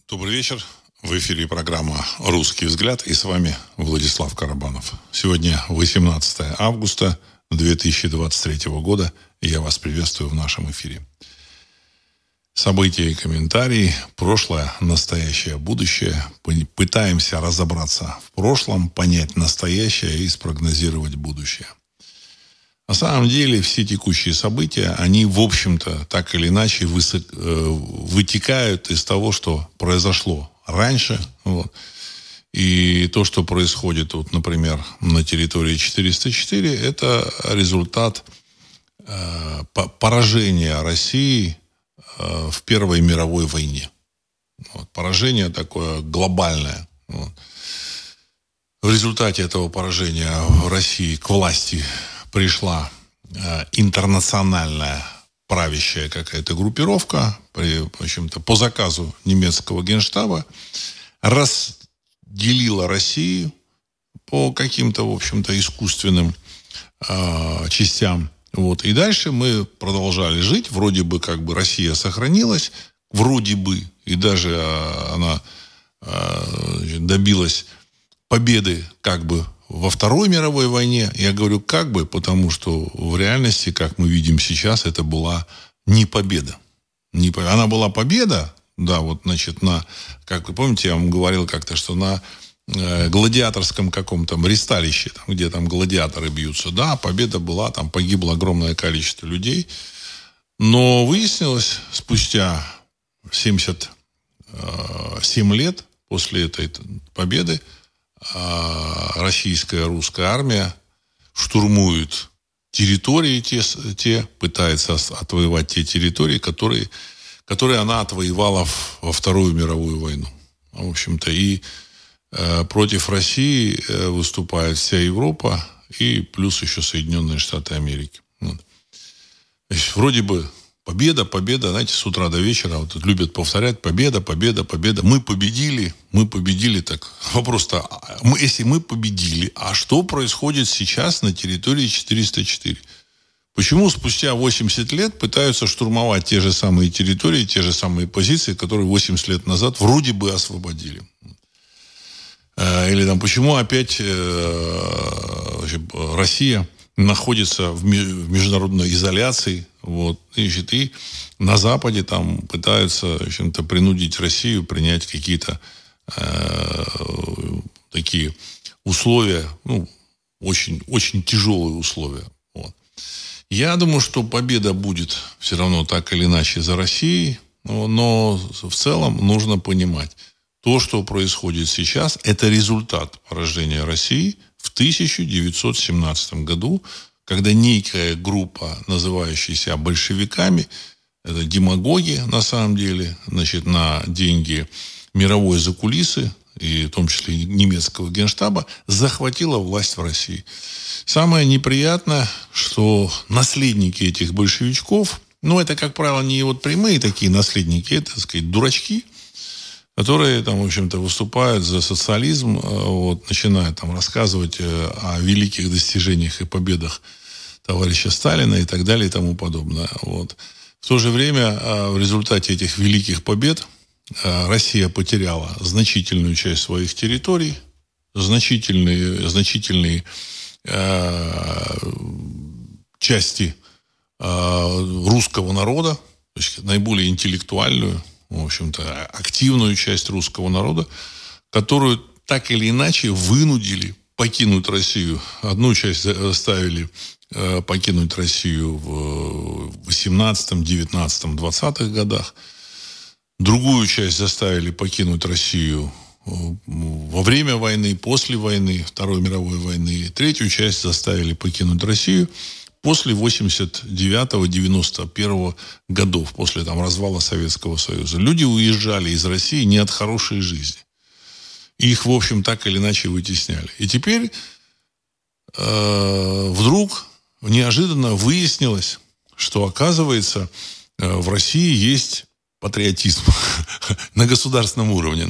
Добрый вечер. В эфире программа «Русский взгляд». И с вами Владислав Карабанов. Сегодня 18 августа 2023 года. И я вас приветствую в нашем эфире. События и комментарии. Прошлое, настоящее, будущее. Пытаемся разобраться в прошлом, понять настоящее и спрогнозировать будущее. На самом деле все текущие события, они, в общем-то, так или иначе вытекают из того, что произошло раньше. Вот. И то, что происходит, вот, например, на территории 404, это результат поражения России в Первой мировой войне. Вот. Поражение такое глобальное. Вот. В результате этого поражения в России к власти пришла интернациональная правящая какая-то группировка, в общем-то, по заказу немецкого генштаба, разделила Россию по каким-то, в общем-то, искусственным частям. Вот. И дальше мы продолжали жить. Вроде бы как бы Россия сохранилась, вроде бы, и даже она добилась победы как бы во Второй мировой войне. Я говорю как бы, потому что в реальности, как мы видим сейчас, это была не победа. Она была победа, да, вот, значит, как вы помните, я вам говорил как-то, что на гладиаторском каком-то ристалище, там, где там гладиаторы бьются, да, победа была, там погибло огромное количество людей. Но выяснилось, спустя 77 лет после этой победы, российская, русская армия штурмует территории те, пытается отвоевать те территории, которые она отвоевала во Вторую мировую войну. В общем-то, и против России выступает вся Европа и плюс еще Соединенные Штаты Америки. Вот. Значит, вроде бы победа, знаете, с утра до вечера вот любят повторять: победа. Мы победили, так. Вопрос-то, если мы победили, а что происходит сейчас на территории 404? Почему спустя 80 лет пытаются штурмовать те же самые территории, те же самые позиции, которые 80 лет назад вроде бы освободили? Или там, почему опять Россия находится в международной изоляции, вот, и на Западе там пытаются, в общем-то, принудить Россию принять какие-то такие условия, очень, очень тяжелые условия. Вот. Я думаю, что победа будет все равно так или иначе за Россией, но в целом нужно понимать, то, что происходит сейчас, это результат поражения России в 1917 году, когда некая группа, называющая себя большевиками, это демагоги на самом деле, значит, на деньги мировой закулисы, и в том числе и немецкого генштаба, захватила власть в России. Самое неприятное, что наследники этих большевичков, это, как правило, не вот прямые такие наследники, это, так сказать, дурачки, которые там, в общем-то, выступают за социализм, вот, начинают там рассказывать о великих достижениях и победах товарища Сталина и так далее и тому подобное. Вот. В то же время в результате этих великих побед Россия потеряла значительную часть своих территорий, значительные части русского народа, то есть наиболее интеллектуальную, в общем-то, активную часть русского народа, которую так или иначе вынудили покинуть Россию. Одну часть заставили покинуть Россию в 18, 19, 20-х годах. Другую часть заставили покинуть Россию во время войны, после войны, Второй мировой войны. Третью часть заставили покинуть Россию после 89-91 годов, после развала Советского Союза. Люди уезжали из России не от хорошей жизни. Их, в общем, так или иначе вытесняли. И теперь вдруг неожиданно выяснилось, что, оказывается, в России есть патриотизм на государственном уровне.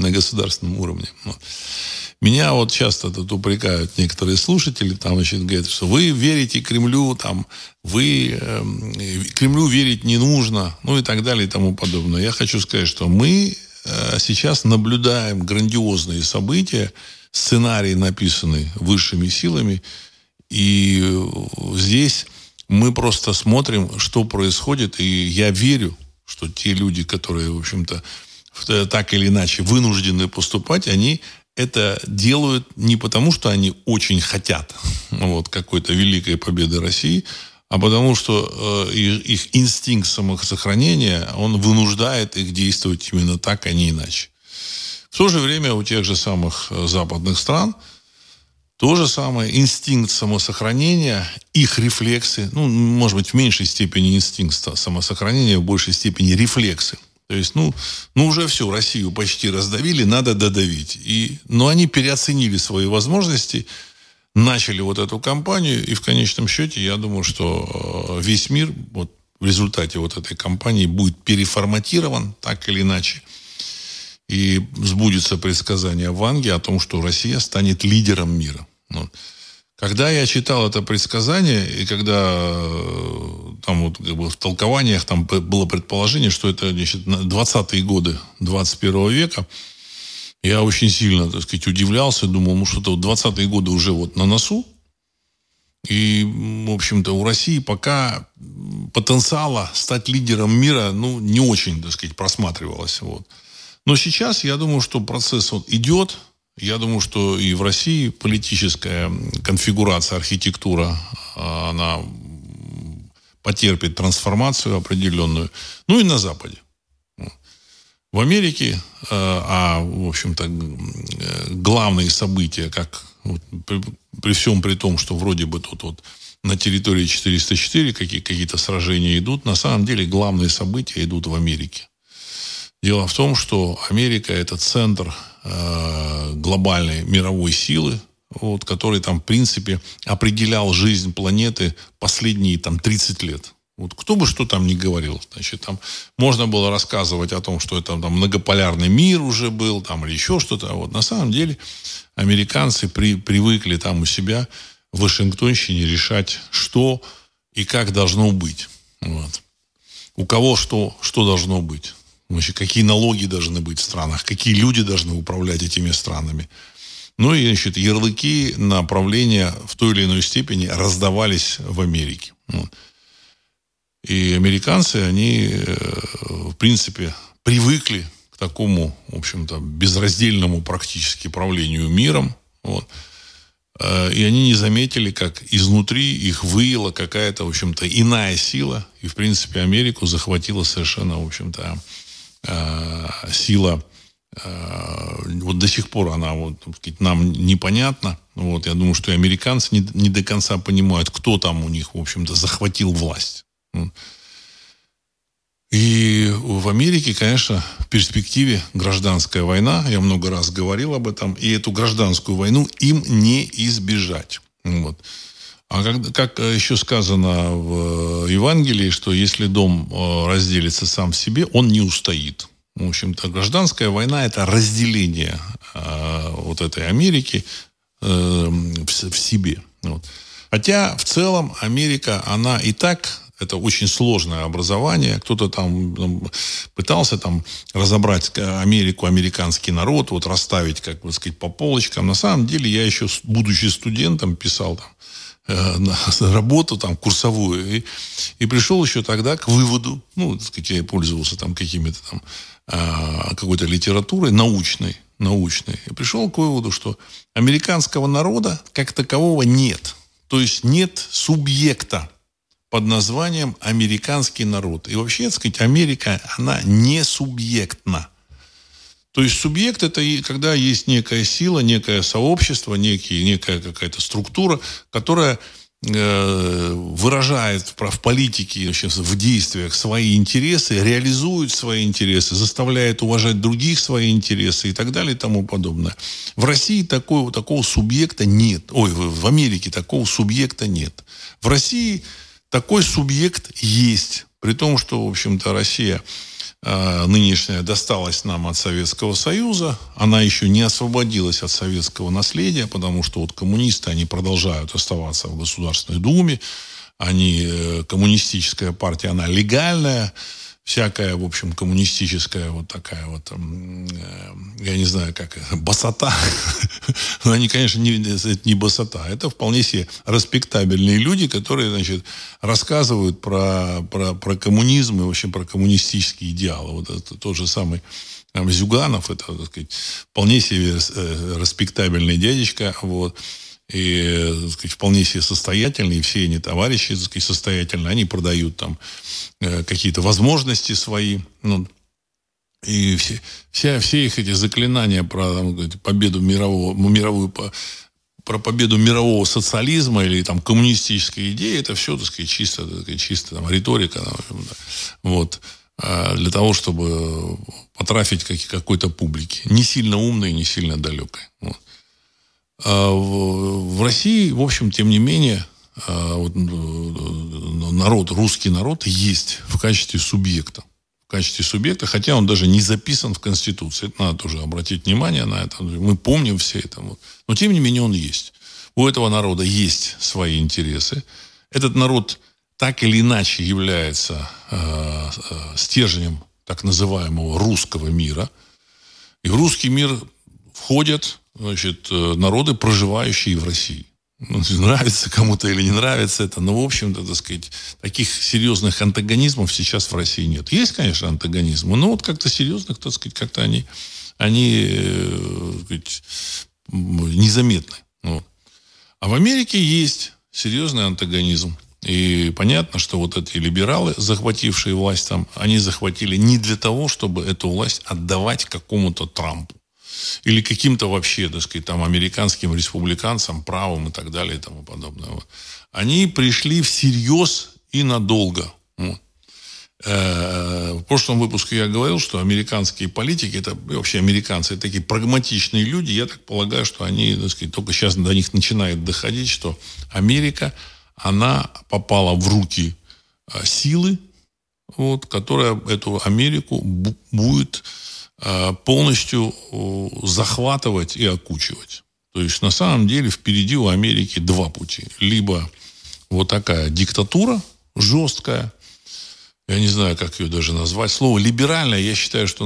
Меня вот часто тут упрекают некоторые слушатели, говорят, что вы верите Кремлю, Кремлю верить не нужно, и так далее и тому подобное. Я хочу сказать, что мы сейчас наблюдаем грандиозные события, сценарий, написанный высшими силами, и здесь мы просто смотрим, что происходит, и я верю, что те люди, которые, в общем-то, так или иначе вынуждены поступать, они это делают не потому, что они очень хотят какой-то великой победы России, а потому что их инстинкт самосохранения, он вынуждает их действовать именно так, а не иначе. В то же время у тех же самых западных стран то же самое, инстинкт самосохранения, их рефлексы, может быть, в меньшей степени инстинкт самосохранения, в большей степени рефлексы. То есть, уже все, Россию почти раздавили, надо додавить. Но они переоценили свои возможности, начали эту кампанию, и в конечном счете, я думаю, что весь мир в результате этой кампании будет переформатирован, так или иначе. И сбудется предсказание Ванги о том, что Россия станет лидером мира. Когда я читал это предсказание, и когда там в толкованиях там было предположение, что это 20-е годы 21 века, я очень сильно, так сказать, удивлялся, думал, что-то 20-е годы уже на носу. И, в общем-то, у России пока потенциала стать лидером мира, не очень, так сказать, просматривалось. Но сейчас, я думаю, что процесс идет. Я думаю, что и в России политическая конфигурация, архитектура, она потерпит трансформацию определенную. И на Западе. В Америке, в общем-то, главные события, как при всем при том, что вроде бы тут на территории 404 какие-то сражения идут, на самом деле главные события идут в Америке. Дело в том, что Америка – это центр глобальной мировой силы, который там, в принципе, определял жизнь планеты последние 30 лет. Кто бы что там ни говорил. Значит, там можно было рассказывать о том, что это там многополярный мир уже был, или еще что-то. На самом деле американцы привыкли там у себя в Вашингтонщине решать, что и как должно быть. У кого что должно быть. Вообще, какие налоги должны быть в странах, какие люди должны управлять этими странами. И, ярлыки на правление в той или иной степени раздавались в Америке. И американцы, они, в принципе, привыкли к такому, в общем-то, безраздельному практически правлению миром. И они не заметили, как изнутри их выела какая-то, в общем-то, иная сила. И, в принципе, Америку захватила совершенно, в общем-то, сила, до сих пор она так сказать, нам непонятна. Я думаю, что и американцы не до конца понимают, кто там у них, в общем-то, захватил власть. И в Америке, конечно, в перспективе гражданская война, я много раз говорил об этом, и эту гражданскую войну им не избежать. А как еще сказано в Евангелии, что если дом разделится сам в себе, он не устоит. В общем-то, гражданская война – это разделение этой Америки в себе. Хотя, в целом, Америка, она и так, это очень сложное образование. Кто-то там пытался разобрать Америку, американский народ, расставить, как бы сказать, по полочкам. На самом деле, я еще, будучи студентом, писал работу курсовую и пришел еще тогда к выводу, так сказать, я пользовался какими-то какой-то литературой научной, и пришел к выводу, что американского народа как такового нет. То есть нет субъекта под названием американский народ. И вообще, так сказать, Америка, она не субъектна. То есть субъект – это когда есть некая сила, некое сообщество, некая какая-то структура, которая выражает в политике, в действиях свои интересы, реализует свои интересы, заставляет уважать других свои интересы и так далее и тому подобное. В России такого субъекта нет. В Америке такого субъекта нет. В России такой субъект есть. При том, что, в общем-то, Россия нынешняя досталась нам от Советского Союза. Она еще не освободилась от советского наследия, потому что коммунисты, они продолжают оставаться в Государственной Думе. Коммунистическая партия, она легальная. всякая, в общем, коммунистическая вот такая вот, я не знаю, как, басота. Но они, конечно, это не басота. Это вполне себе респектабельные люди, которые, значит, рассказывают про коммунизм и вообще про коммунистические идеалы. Вот это тот же самый Зюганов, это, так сказать, вполне себе респектабельный дядечка, вот. И, так сказать, вполне себе состоятельные, все они товарищи, так сказать, состоятельные, они продают там какие-то возможности свои, ну, и все их эти заклинания про там, победу про победу мирового социализма или там коммунистической идеи, это все, так сказать, чисто там, риторика, вот, для того, чтобы потрафить какой-то публике, не сильно умной, не сильно далекой. Вот. В России, в общем, тем не менее, русский народ есть в качестве субъекта. В качестве субъекта, хотя он даже не записан в Конституции. Это надо тоже обратить внимание на это. Мы помним все это. Но, тем не менее, он есть. У этого народа есть свои интересы. Этот народ так или иначе является стержнем так называемого русского мира. И в русский мир входят, значит, народы, проживающие в России. Нравится кому-то или не нравится это, но, в общем-то, так сказать, таких серьезных антагонизмов сейчас в России нет. Есть, конечно, антагонизмы, но вот как-то серьезных, так сказать, как-то они так сказать, незаметны. Вот. А в Америке есть серьезный антагонизм. И понятно, что вот эти либералы, захватившие власть там, они захватили не для того, чтобы эту власть отдавать какому-то Трампу. Или каким-то вообще, так сказать, там, американским республиканцам, правым и так далее и тому подобное. Вот. Они пришли всерьез и надолго. Вот. В прошлом выпуске я говорил, что американские политики, это вообще американцы, это такие прагматичные люди. Я так полагаю, что они, так сказать, только сейчас до них начинает доходить, что Америка, она попала в руки силы, вот, которая эту Америку будет полностью захватывать и окучивать. То есть, на самом деле, впереди у Америки два пути. Либо вот такая диктатура жесткая, я не знаю, как ее даже назвать. Слово «либеральное», я считаю, что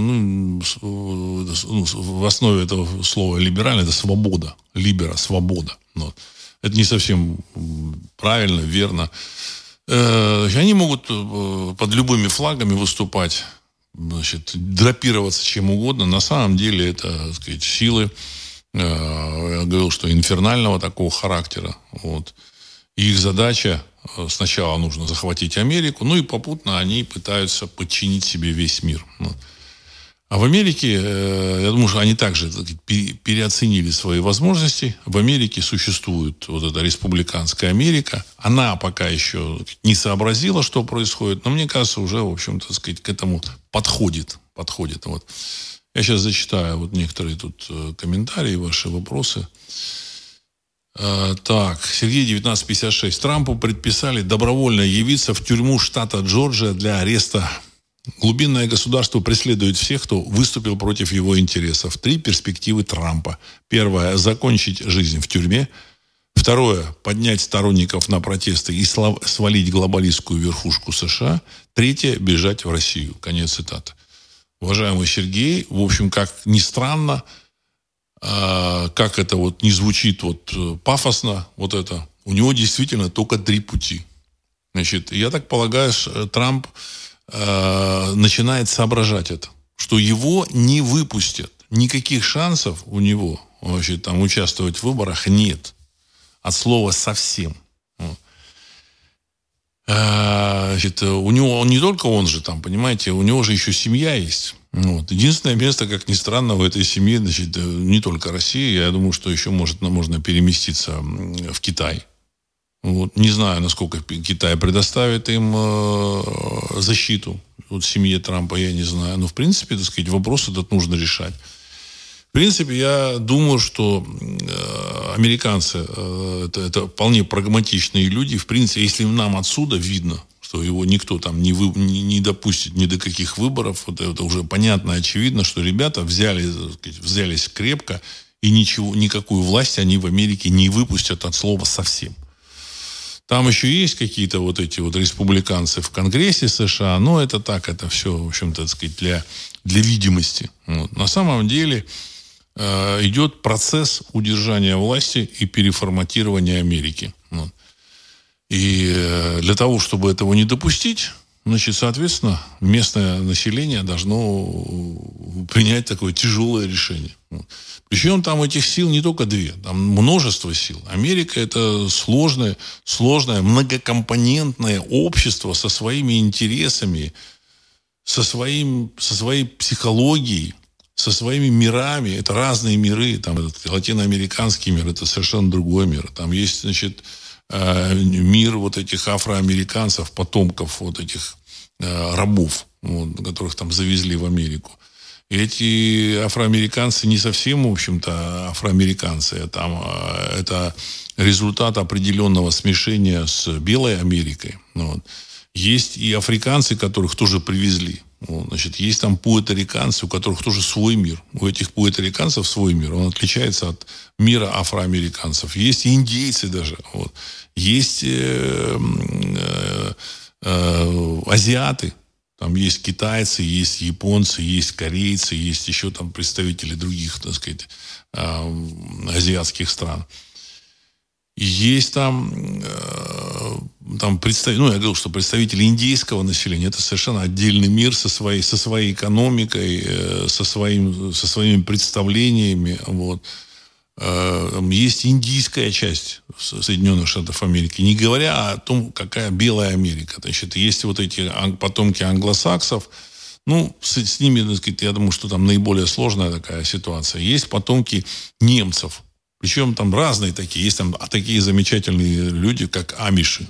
в основе этого слова «либеральное» это свобода. Либера, свобода. Вот. Это не совсем правильно, верно. Они могут под любыми флагами выступать, значит, драпироваться чем угодно. На самом деле это, так сказать, силы, я говорил, что инфернального такого характера. Вот. И их задача, сначала нужно захватить Америку, ну и попутно они пытаются подчинить себе весь мир. А в Америке, я думаю, что они также, так сказать, переоценили свои возможности. В Америке существует вот эта республиканская Америка. Она пока еще не сообразила, что происходит, но мне кажется, уже, в общем-то, так сказать, к этому подходит. Вот. Я сейчас зачитаю вот некоторые тут комментарии, ваши вопросы. Так, Сергей, 1956. Трампу предписали добровольно явиться в тюрьму штата Джорджия для ареста. Глубинное государство преследует всех, кто выступил против его интересов. 3 перспективы Трампа. Первое – закончить жизнь в тюрьме. Второе – поднять сторонников на протесты и свалить глобалистскую верхушку США. Третье – бежать в Россию. Конец цитаты. Уважаемый Сергей, в общем, как ни странно, как это вот не звучит вот пафосно, вот это, у него действительно только 3 пути. Значит, я так полагаю, Трамп начинает соображать это, что его не выпустят. Никаких шансов у него вообще там участвовать в выборах нет. От слова совсем. Значит, у него, он не только он же там, понимаете, у него же еще семья есть. Вот. Единственное место, как ни странно, в этой семье, значит, не только Россия, я думаю, что еще можно переместиться в Китай. Вот. Не знаю, насколько Китай предоставит им защиту. Вот семье Трампа я не знаю. Но, в принципе, так сказать, вопрос этот нужно решать. В принципе, я думаю, что американцы это вполне прагматичные люди. В принципе, если нам отсюда видно, что его никто там не допустит ни до каких выборов, вот это уже понятно, очевидно, что ребята взялись крепко, и никакую власть они в Америке не выпустят от слова совсем. Там еще есть какие-то вот эти вот республиканцы в Конгрессе США, но это так, это все, в общем-то, так сказать, для видимости. Вот. На самом деле идет процесс удержания власти и переформатирования Америки. Вот. И для того, чтобы этого не допустить, значит, соответственно, местное население должно принять такое тяжелое решение. Вот. Причем там этих сил не только две, там множество сил. Америка – это сложное, многокомпонентное общество со своими интересами, со своей психологией, со своими мирами. Это разные миры. Там этот латиноамериканский мир – это совершенно другой мир. Там есть, значит, мир вот этих афроамериканцев, потомков вот этих рабов, вот, которых там завезли в Америку. И эти афроамериканцы не совсем, в общем-то, афроамериканцы. Это результат определенного смешения с белой Америкой. Вот. Есть и африканцы, которых тоже привезли. Вот, значит, есть там пуэрториканцы, у которых тоже свой мир. У этих пуэрториканцев свой мир. Он отличается от мира афроамериканцев. Есть и индейцы даже. Вот. Есть азиаты. Там есть китайцы, есть японцы, есть корейцы, есть еще там представители других, так сказать, азиатских стран. И есть там я говорил, что представители индейского населения – это совершенно отдельный мир со своей экономикой, со своими представлениями. Вот. Есть индийская часть Соединенных Штатов Америки, не говоря о том, какая белая Америка. Значит, есть вот эти потомки англосаксов. Ну, с ними, так сказать, я думаю, что там наиболее сложная такая ситуация. Есть потомки немцев. Причем там разные такие. Есть там такие замечательные люди, как амиши.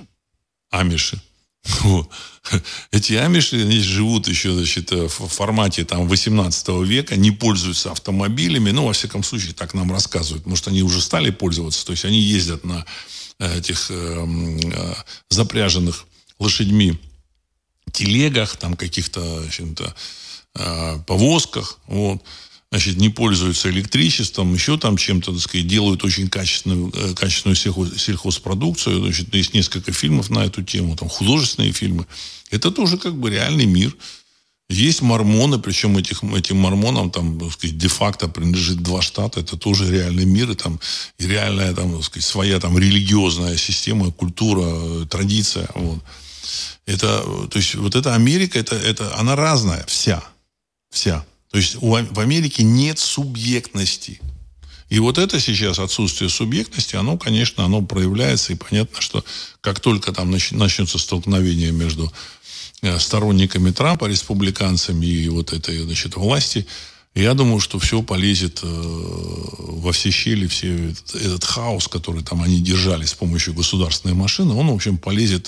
Вот. Эти амиши, они живут еще, значит, в формате там 18 века, не пользуются автомобилями. Ну, во всяком случае, так нам рассказывают. Может, они уже стали пользоваться. То есть они ездят на этих запряженных лошадьми телегах, там каких-то, в общем-то, повозках. Вот. Значит, не пользуются электричеством, еще там чем-то, так сказать, делают очень качественную сельхозпродукцию. Значит, есть несколько фильмов на эту тему, там художественные фильмы. Это тоже как бы реальный мир. Есть мормоны, причем этим мормонам там, так сказать, де-факто принадлежит 2 штата. Это тоже реальный мир, и реальная там, так сказать, своя там религиозная система, культура, традиция. Вот. То есть вот эта Америка, она разная, вся. То есть в Америке нет субъектности. И вот это сейчас отсутствие субъектности, оно, конечно, оно проявляется. И понятно, что как только там начнется столкновение между сторонниками Трампа, республиканцами и вот этой, значит, власти, я думаю, что все полезет во все щели, этот хаос, который там они держали с помощью государственной машины, он, в общем, полезет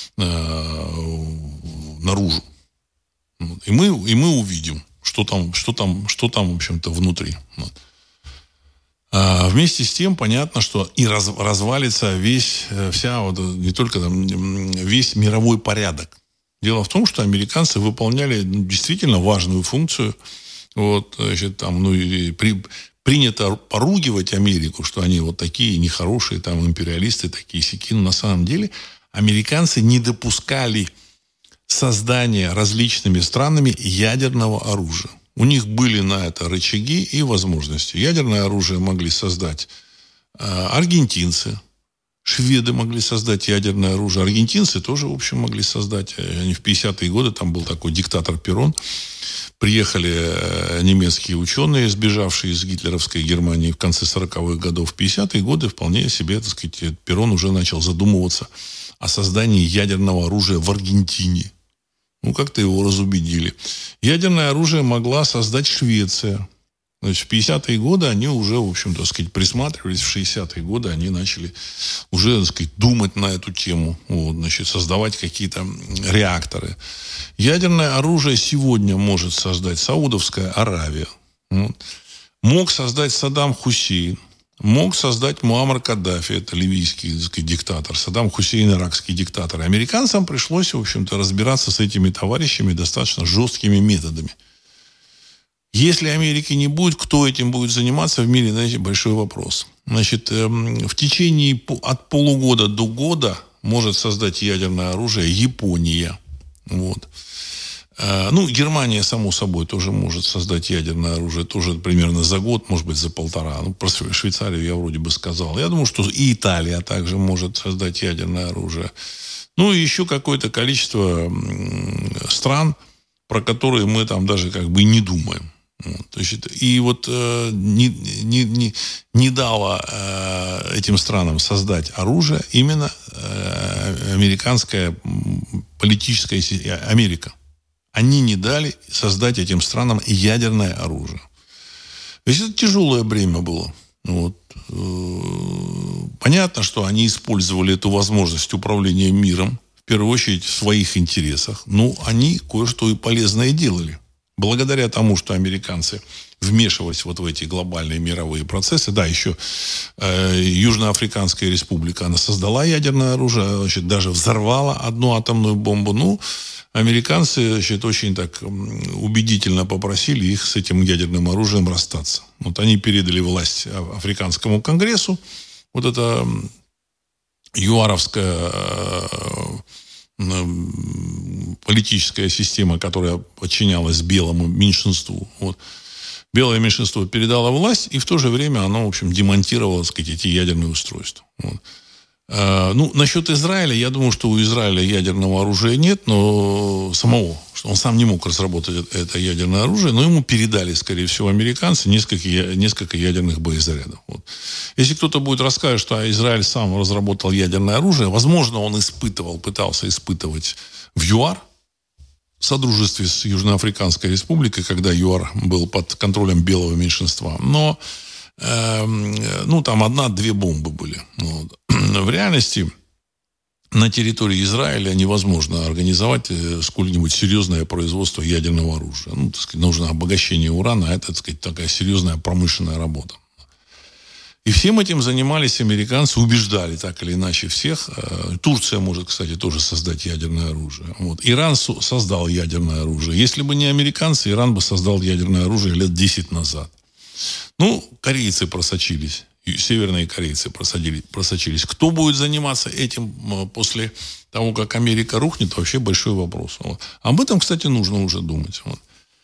наружу. И мы увидим, что там, в общем-то, внутри. Вот. Вместе с тем, понятно, что и развалится весь мировой порядок. Дело в том, что американцы выполняли действительно важную функцию. Вот, значит, там, принято поругивать Америку, что они вот такие нехорошие, там, империалисты, такие сяки. Но на самом деле американцы не допускали создания различными странами ядерного оружия. У них были на это рычаги и возможности. Ядерное оружие могли создать аргентинцы, шведы могли создать ядерное оружие, аргентинцы тоже, в общем, могли создать. Они в 50-е годы, там был такой диктатор Перрон, приехали немецкие ученые, сбежавшие из гитлеровской Германии в конце 40-х годов. В 50-е годы вполне себе, так сказать, Перрон уже начал задумываться о создании ядерного оружия в Аргентине. Как-то его разубедили. Ядерное оружие могла создать Швеция. Значит, в 50-е годы они уже, в общем-то, так сказать, присматривались. В 60-е годы они начали уже, так сказать, думать на эту тему. Вот, значит, создавать какие-то реакторы. Ядерное оружие сегодня может создать Саудовская Аравия. Вот. Мог создать Саддам Хусейн. Мог создать Муаммар Каддафи, это ливийский, так сказать, диктатор, Саддам Хусейн, иракский диктатор. Американцам пришлось, в общем-то, разбираться с этими товарищами достаточно жесткими методами. Если Америки не будет, кто этим будет заниматься в мире, знаете, большой вопрос. Значит, в течение от полугода до года может создать ядерное оружие Япония. Вот. Ну, Германия, само собой, тоже может создать ядерное оружие, тоже примерно за год, может быть, за полтора. Ну, про Швейцарию я вроде бы сказал. Я думаю, что и Италия также может создать ядерное оружие. Ну, и еще какое-то количество стран, про которые мы там даже как бы не думаем. Вот, то есть, и вот не дало этим странам создать оружие именно американская политическая Америка. Они не дали создать этим странам ядерное оружие. То есть это тяжелое бремя было. Вот. Понятно, что они использовали эту возможность управления миром, в первую очередь в своих интересах. Но они кое-что и полезное делали. Благодаря тому, что американцы вмешивались вот в эти глобальные мировые процессы. Да, еще Южноафриканская республика, она создала ядерное оружие, значит, даже взорвала одну атомную бомбу. Ну, американцы, значит, очень так убедительно попросили их с этим ядерным оружием расстаться. Вот они передали власть Африканскому конгрессу. Вот это юаровская политическая система, которая подчинялась белому меньшинству. Вот. Белое меньшинство передало власть, и в то же время оно, в общем, демонтировало, так сказать, эти ядерные устройства. Вот. Ну, насчет Израиля, я думаю, что у Израиля ядерного оружия нет, но самого, что он сам не мог разработать это ядерное оружие, но ему передали, скорее всего, американцы несколько ядерных боезарядов. Вот. Если кто-то будет рассказывать, что Израиль сам разработал ядерное оружие, возможно, он пытался испытывать в ЮАР, в содружестве с Южноафриканской республикой, когда ЮАР был под контролем белого меньшинства, но ну, там 1-2 бомбы были. Вот. В реальности на территории Израиля невозможно организовать сколь-нибудь серьезное производство ядерного оружия. Ну, так сказать, нужно обогащение урана, а это, так сказать, такая серьезная промышленная работа. И всем этим занимались американцы, убеждали так или иначе всех. Турция может, кстати, тоже создать ядерное оружие. Вот. Иран создал ядерное оружие. Если бы не американцы, Иран бы создал ядерное оружие лет 10 назад. Ну, корейцы просочились. Северные корейцы просочились. Кто будет заниматься этим после того, как Америка рухнет, вообще большой вопрос. Вот. Об этом, кстати, нужно уже думать. Вот.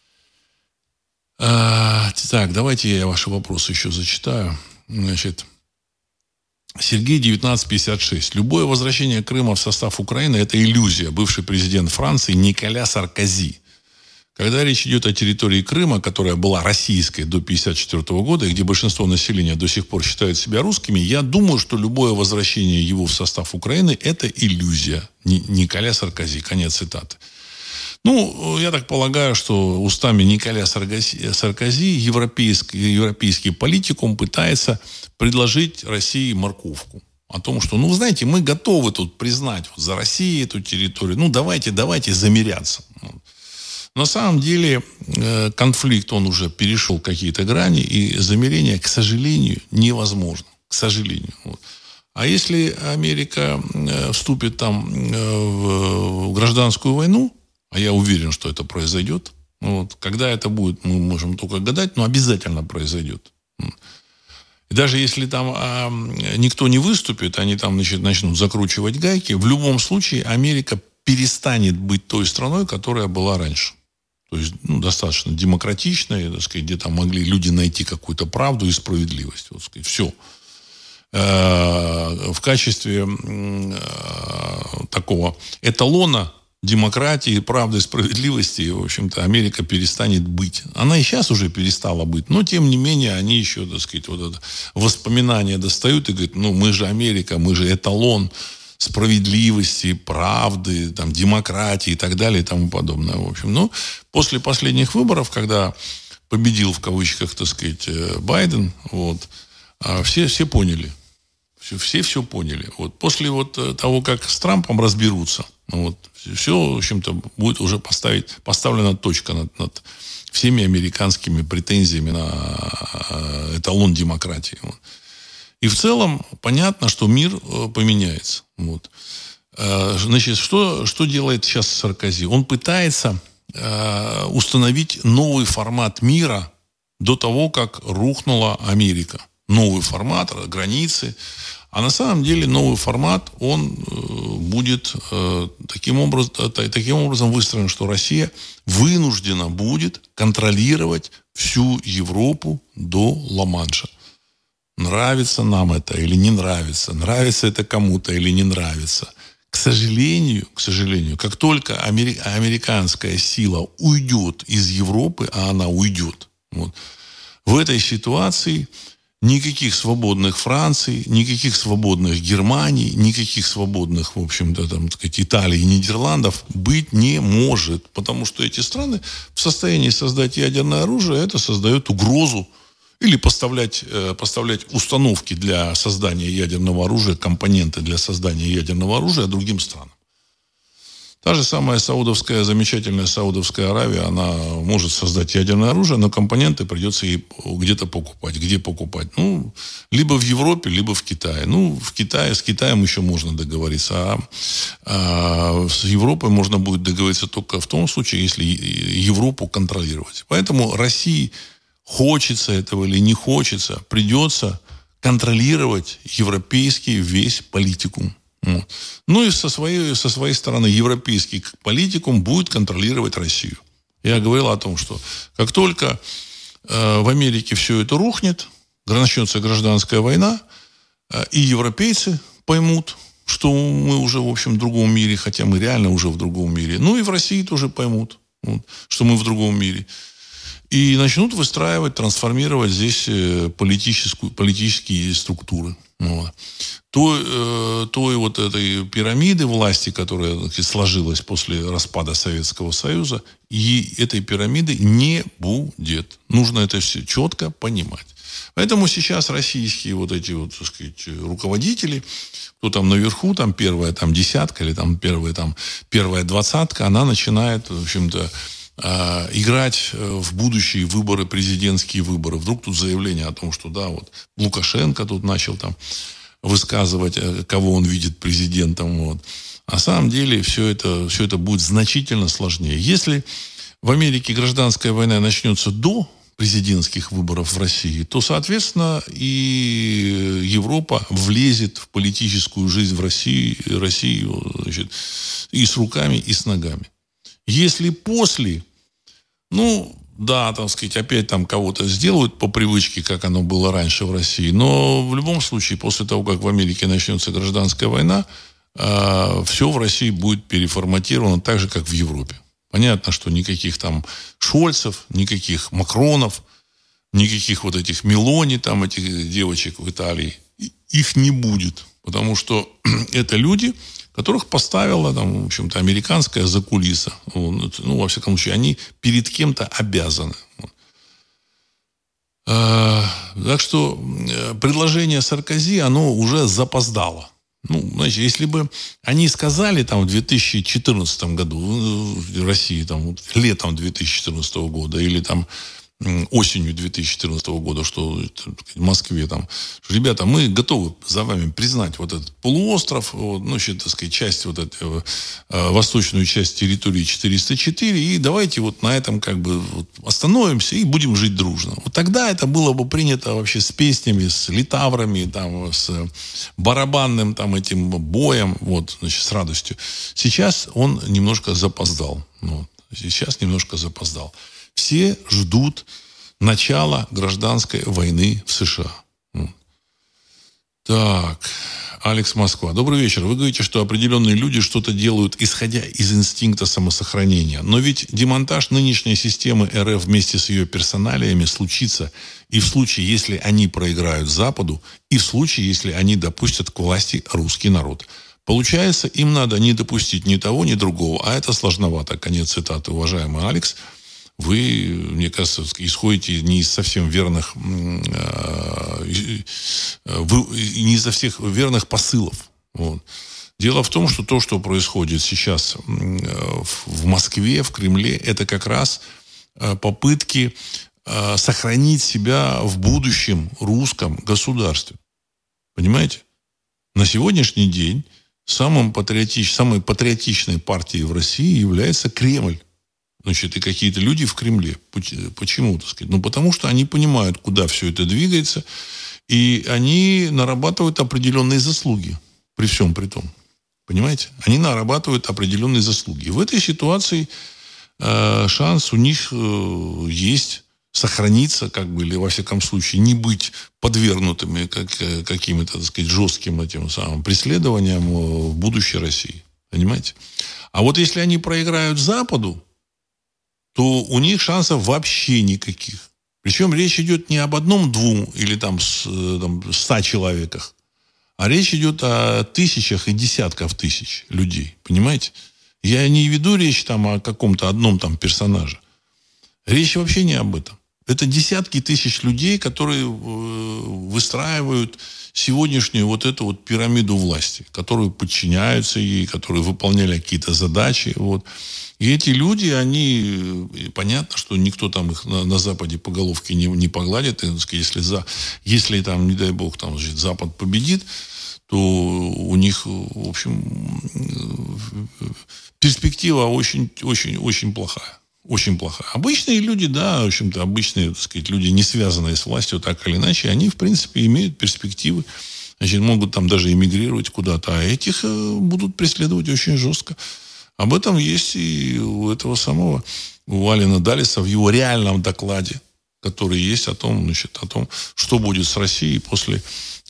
Так, давайте я ваши вопросы еще зачитаю. Значит, Сергей, 1956. Любое возвращение Крыма в состав Украины – это иллюзия. Бывший президент Франции Николя Саркози. Когда речь идет о территории Крыма, которая была российской до 1954 года, и где большинство населения до сих пор считают себя русскими, я думаю, что любое возвращение его в состав Украины – это иллюзия. Николя Саркози. Конец цитаты. Ну, я так полагаю, что устами Николя Саркози европейский политикум пытается предложить России морковку. О том, что, ну, знаете, мы готовы тут признать вот за Россией эту территорию. Ну, давайте замеряться. На самом деле конфликт, он уже перешел какие-то грани, и замерение, к сожалению, невозможно. К сожалению. Вот. А если Америка вступит там в гражданскую войну, а я уверен, что это произойдет, вот, когда это будет, мы можем только гадать, но обязательно произойдет. И даже если там никто не выступит, они там начнут закручивать гайки, в любом случае Америка перестанет быть той страной, которая была раньше. То есть, ну, достаточно демократичной, так сказать, где там могли люди найти какую-то правду и справедливость. Вот, сказать, все. В качестве такого эталона демократии, правды и справедливости, в общем-то, Америка перестанет быть. Она и сейчас уже перестала быть, но, тем не менее, они еще, так сказать, вот это воспоминания достают и говорят, ну, мы же Америка, мы же эталон справедливости, правды, там, демократии и так далее и тому подобное. В общем, ну, после последних выборов, когда победил, в кавычках, так сказать, Байден, вот, все поняли. Все поняли. Вот. После вот того, как с Трампом разберутся, вот, все, в общем-то, будет уже поставлена точка над всеми американскими претензиями на эталон демократии. Вот. И в целом понятно, что мир поменяется. Вот. Значит, что делает сейчас Саркози? Он пытается установить новый формат мира до того, как рухнула Америка. новый формат, границы. А на самом деле новый формат, он будет таким образом выстроен, что Россия вынуждена будет контролировать всю Европу до Ла-Манша. Нравится нам это или не нравится, нравится это кому-то или не нравится. К сожалению, как только американская сила уйдет из Европы, а она уйдет, вот, в этой ситуации никаких свободных Франций, никаких свободных Германий, никаких свободных, в общем-то, там, так сказать, Италии и Нидерландов быть не может. Потому что эти страны в состоянии создать ядерное оружие, это создает угрозу. Или поставлять установки для создания ядерного оружия, компоненты для создания ядерного оружия другим странам. Та же самая замечательная Саудовская Аравия, она может создать ядерное оружие, но компоненты придется ей где-то покупать. Где покупать? Ну, либо в Европе, либо в Китае. Ну, с Китаем еще можно договориться. А с Европой можно будет договориться только в том случае, если Европу контролировать. Поэтому России, хочется этого или не хочется, придется контролировать европейский весь политикум. Ну и со своей стороны европейский политикум будет контролировать Россию. Я говорил о том, что как только в Америке все это рухнет, начнется гражданская война, и европейцы поймут, что мы уже, в общем, в другом мире, хотя мы реально уже в другом мире. Ну и в России тоже поймут, что мы в другом мире. И начнут выстраивать, трансформировать здесь политические структуры. Той вот этой пирамиды власти, которая сложилась после распада Советского Союза, и этой пирамиды не будет. Нужно это все четко понимать. Поэтому сейчас российские вот эти вот, так сказать, руководители, кто там наверху, там первая там десятка или там первая двадцатка, она начинает, в общем-то, играть в будущие выборы, президентские выборы. Вдруг тут заявление о том, что да, вот Лукашенко тут начал там высказывать, кого он видит президентом. Вот. А на самом деле все это будет значительно сложнее. Если в Америке гражданская война начнется до президентских выборов в России, то, соответственно, и Европа влезет в политическую жизнь в России, значит, и с руками, и с ногами. Если после, да, так сказать, опять там кого-то сделают по привычке, как оно было раньше в России, но в любом случае, после того, как в Америке начнется гражданская война, все в России будет переформатировано так же, как в Европе. Понятно, что никаких там Шольцев, никаких Макронов, никаких вот этих Мелони, там этих девочек в Италии, их не будет. Потому что это люди, которых поставила, там, в общем-то, американская закулиса. Во всяком случае, они перед кем-то обязаны. Так что предложение Саркози, оно уже запоздало. Значит, если бы они сказали там в 2014 году в России, там, летом 2014 года или там осенью 2014 года, что в Москве там, что, ребята, мы готовы за вами признать вот этот полуостров, так сказать, часть вот этой, восточную часть территории 404, и давайте вот на этом как бы остановимся и будем жить дружно. Вот тогда это было бы принято вообще с песнями, с литаврами, там, с барабанным там этим боем, значит, с радостью. Сейчас он немножко запоздал. Все ждут начала гражданской войны в США. Так, Алекс, Москва. Добрый вечер. Вы говорите, что определенные люди что-то делают, исходя из инстинкта самосохранения. Но ведь демонтаж нынешней системы РФ вместе с ее персоналиями случится и в случае, если они проиграют Западу, и в случае, если они допустят к власти русский народ. Получается, им надо не допустить ни того, ни другого. А это сложновато. Конец цитаты, уважаемый Алекс. Вы, мне кажется, исходите не из совсем верных, не изо всех верных посылов. Дело в том, что то, что происходит сейчас в Москве, в Кремле, это как раз попытки сохранить себя в будущем русском государстве. Понимаете? На сегодняшний день самой патриотичной партией в России является Кремль. Значит, и какие-то люди в Кремле. Почему, так сказать? Потому что они понимают, куда все это двигается. И они нарабатывают определенные заслуги при всем при том. Понимаете? Они нарабатывают определенные заслуги. И в этой ситуации шанс у них есть сохраниться, как бы, или, во всяком случае, не быть подвергнутыми каким-то, так сказать, жестким этим самым преследованиям в будущей России. Понимаете? А вот если они проиграют Западу, то у них шансов вообще никаких. Причем речь идет не об одном, двум или там 100 человеках, а речь идет о тысячах и десятках тысяч людей. Понимаете? Я не веду речь там о каком-то одном там персонаже. Речь вообще не об этом. Это десятки тысяч людей, которые выстраивают сегодняшнюю вот эту вот пирамиду власти, которые подчиняются ей, которые выполняли какие-то задачи. Вот. И эти люди, они, понятно, что никто там их на Западе по головке не погладит. И, если там, не дай бог, там, значит, Запад победит, то у них, в общем, перспектива очень плохая. Очень плохая. Обычные люди, да, в общем-то, обычные, так сказать, люди, не связанные с властью, так или иначе, они, в принципе, имеют перспективы. Значит, могут там даже эмигрировать куда-то, а этих будут преследовать очень жестко. Об этом есть и у этого самого, у Алена Даллеса в его реальном докладе, который есть о том, значит, что будет с Россией после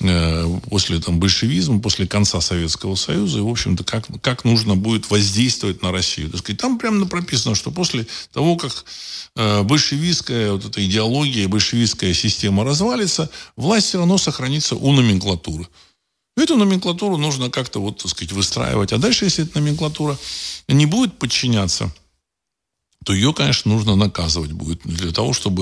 там, большевизма, после конца Советского Союза, и, в общем-то, как нужно будет воздействовать на Россию. Так сказать, там прямо прописано, что после того, как большевистская вот эта идеология, большевистская система развалится, власть все равно сохранится у номенклатуры. Эту номенклатуру нужно как-то, вот, так сказать, выстраивать. А дальше, если эта номенклатура не будет подчиняться, то ее, конечно, нужно наказывать будет для того, чтобы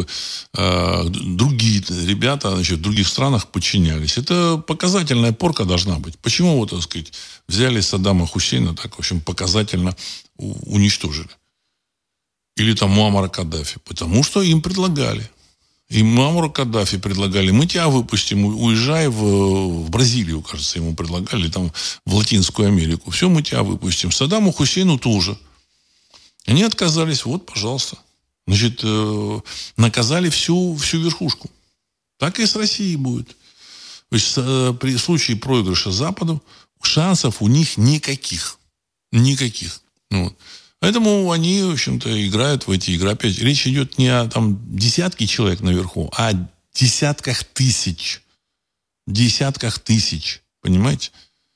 другие ребята, значит, в других странах подчинялись. Это показательная порка должна быть. Почему, вот, так сказать, взяли Саддама Хусейна, так, в общем, показательно уничтожили? Или там Муаммара Каддафи? Потому что им предлагали. И Муаммару Каддафи предлагали: мы тебя выпустим, уезжай в Бразилию, кажется, ему предлагали, там, в Латинскую Америку. Все, мы тебя выпустим. Саддаму Хусейну тоже. Они отказались, вот, пожалуйста. Значит, наказали всю верхушку. Так и с Россией будет. То есть, при случае проигрыша Западу шансов у них никаких. Никаких. Вот. Поэтому они, в общем-то, играют в эти игры. Опять, речь идет не о там, десятке человек наверху, а о десятках тысяч. Десятках тысяч. Понимаете?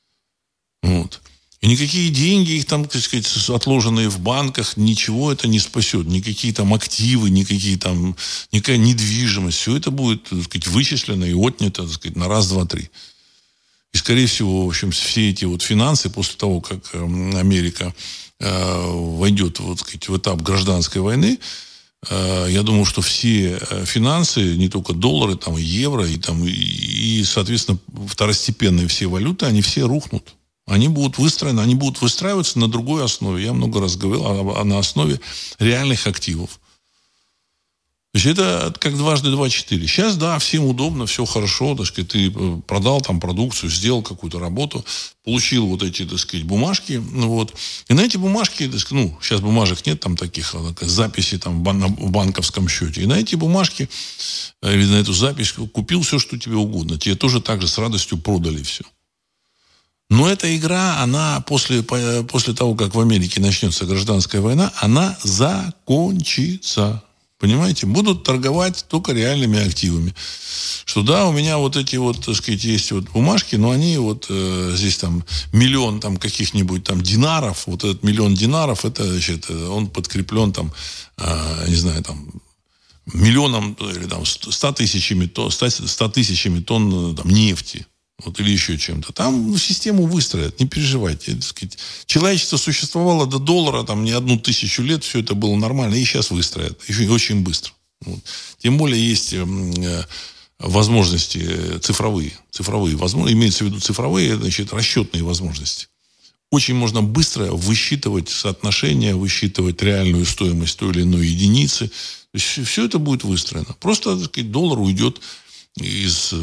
Вот. И никакие деньги, их там, так сказать, отложенные в банках, ничего это не спасет. Никакие там активы, никакая недвижимость. Все это будет, так сказать, вычислено и отнято, так сказать, на раз, два, три. И, скорее всего, в общем, все эти вот финансы, после того, как Америка войдет, вот, так сказать, в этап гражданской войны, я думаю, что все финансы, не только доллары, там, и евро, и, соответственно, второстепенные все валюты, они все рухнут. Они будут выстраиваться на другой основе. Я много раз говорил, на основе реальных активов. То есть это как дважды два четыре. Сейчас, да, всем удобно, все хорошо, так сказать, ты продал там продукцию, сделал какую-то работу, получил вот эти, так сказать, бумажки, вот. И на эти бумажки, так сказать, сейчас бумажек нет там таких, записи там в банковском счете. И на эти бумажки, или на эту запись купил все, что тебе угодно. Тебе тоже так же с радостью продали все. Но эта игра, она после того, как в Америке начнется гражданская война, она закончится. Понимаете? Будут торговать только реальными активами. Что да, у меня вот эти вот, так сказать, есть вот бумажки, но они вот здесь там миллион там каких-нибудь там динаров, вот этот миллион динаров, это, значит, он подкреплен там, не знаю, там, миллионом или там 100 тысячами тонн там, нефти. Вот, или еще чем-то. Там систему выстроят, не переживайте. Так сказать, человечество существовало до доллара там, не 1000 лет, все это было нормально, и сейчас выстроят. И очень быстро. Вот. Тем более есть возможности цифровые возможности, имеется в виду цифровые, значит, расчетные возможности. Очень можно быстро высчитывать соотношения, высчитывать реальную стоимость той или иной единицы. То есть все это будет выстроено. Просто, так сказать, доллар уйдет из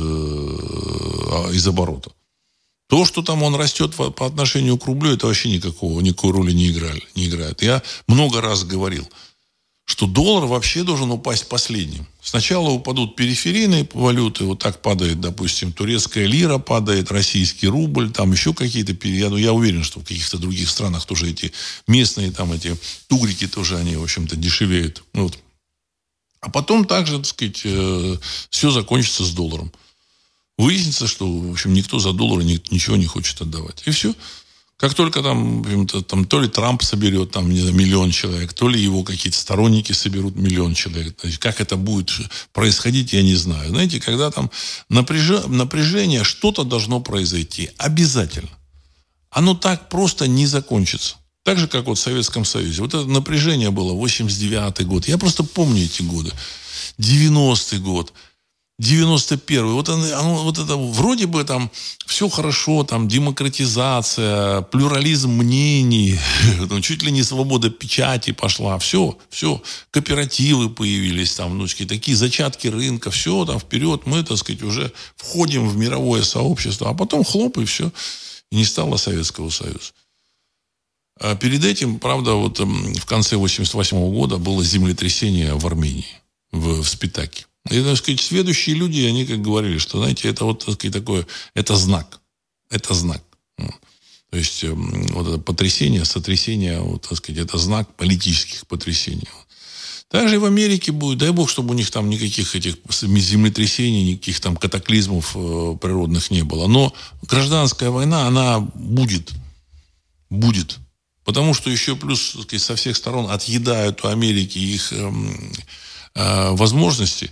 оборота. То, что там он растет по отношению к рублю, это вообще никакой роли не играет. Я много раз говорил, что доллар вообще должен упасть последним. Сначала упадут периферийные валюты, вот так падает, допустим, турецкая лира падает, российский рубль, там еще какие-то периоды. Я уверен, что в каких-то других странах тоже эти местные, там эти тугрики тоже, они, в общем-то, дешевеют. Вот. А потом также, так сказать, все закончится с долларом. Выяснится, что, в общем, никто за доллар ничего не хочет отдавать. И все. Как только там то ли Трамп соберет там, не знаю, 1 миллион человек, то ли его какие-то сторонники соберут 1 миллион человек. То есть, как это будет происходить, я не знаю. Знаете, когда там напряжение, что-то должно произойти. Обязательно. Оно так просто не закончится. Так же, как вот в Советском Союзе. Вот это напряжение было 89-й год. Я просто помню эти годы. 90-й год. 91-й. Вот это вроде бы там все хорошо, там демократизация, плюрализм мнений, чуть ли не свобода печати пошла, все, кооперативы появились, там, такие зачатки рынка, все, там, вперед, мы, так сказать, уже входим в мировое сообщество, а потом хлоп, и все, и не стало Советского Союза. А перед этим, правда, вот в конце 88-го года было землетрясение в Армении, в Спитаке. И, так сказать, следующие люди, они как говорили, что, знаете, это вот, так сказать, такое, это знак. Это знак. То есть, вот это потрясение, сотрясение, вот, так сказать, это знак политических потрясений. Также и в Америке будет, дай бог, чтобы у них там никаких этих землетрясений, никаких там катаклизмов природных не было. Но гражданская война, она будет. Будет. Потому что еще плюс, так сказать, со всех сторон отъедают у Америки их возможности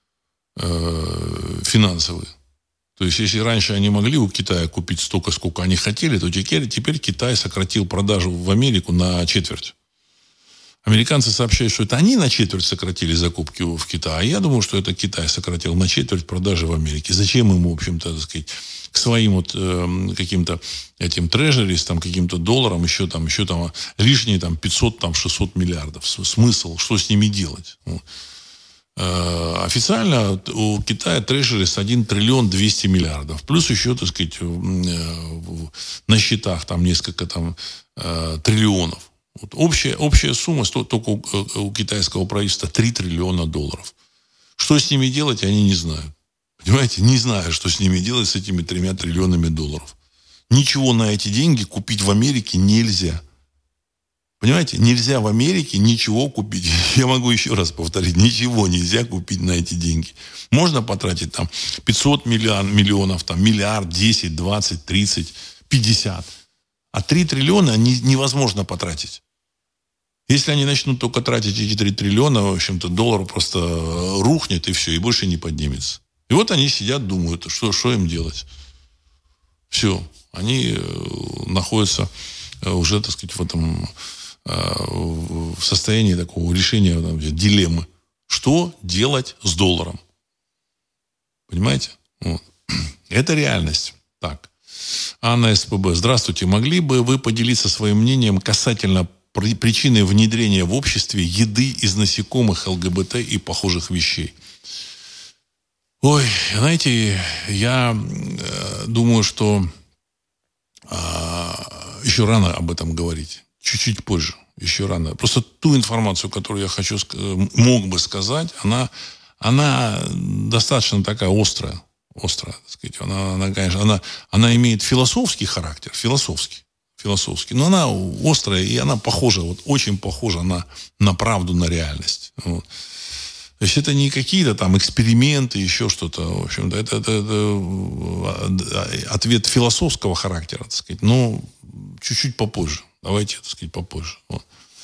финансовые. То есть, если раньше они могли у Китая купить столько, сколько они хотели, то теперь Китай сократил продажу в Америку на четверть. Американцы сообщают, что это они на четверть сократили закупки в Китае, а я думаю, что это Китай сократил на четверть продажи в Америке. Зачем ему, в общем-то, так сказать, к своим вот каким-то этим трежерис, там, каким-то долларам, еще там лишние там 500-600 миллиардов. Смысл, что с ними делать? Официально у Китая трежерис 1 триллион 200 миллиардов. Плюс еще, так сказать, на счетах там несколько там триллионов. Вот общая сумма только у китайского правительства 3 триллиона долларов. Что с ними делать, они не знают. Понимаете? Не знаю, что с ними делать, с этими 3 триллионами долларов. Ничего на эти деньги купить в Америке нельзя. Понимаете? Нельзя в Америке ничего купить. Я могу еще раз повторить. Ничего нельзя купить на эти деньги. Можно потратить там 500 миллионов, там, миллиард, 10, 20, 30, 50. А 3 триллиона невозможно потратить. Если они начнут только тратить эти 3 триллиона, в общем-то, доллар просто рухнет и все, и больше не поднимется. И вот они сидят, думают, что им делать. Все. Они находятся уже, так сказать, в этом в состоянии такого решения дилеммы. Что делать с долларом? Понимаете? Вот. Это реальность. Так. Анна СПБ. Здравствуйте. Могли бы вы поделиться своим мнением касательно причины внедрения в обществе еды из насекомых, ЛГБТ и похожих вещей? Ой, знаете, я думаю, что еще рано об этом говорить. Чуть-чуть позже. Еще рано. Просто ту информацию, которую я мог бы сказать, она достаточно такая острая. Так сказать. Она, конечно, она имеет философский характер. Философский. Но она острая, и она похожа, вот очень похожа на правду, на реальность. Вот. То есть это не какие-то там эксперименты, еще что-то. В общем-то, это ответ философского характера, так сказать. Но чуть-чуть попозже. Давайте, так сказать, попозже. Вот.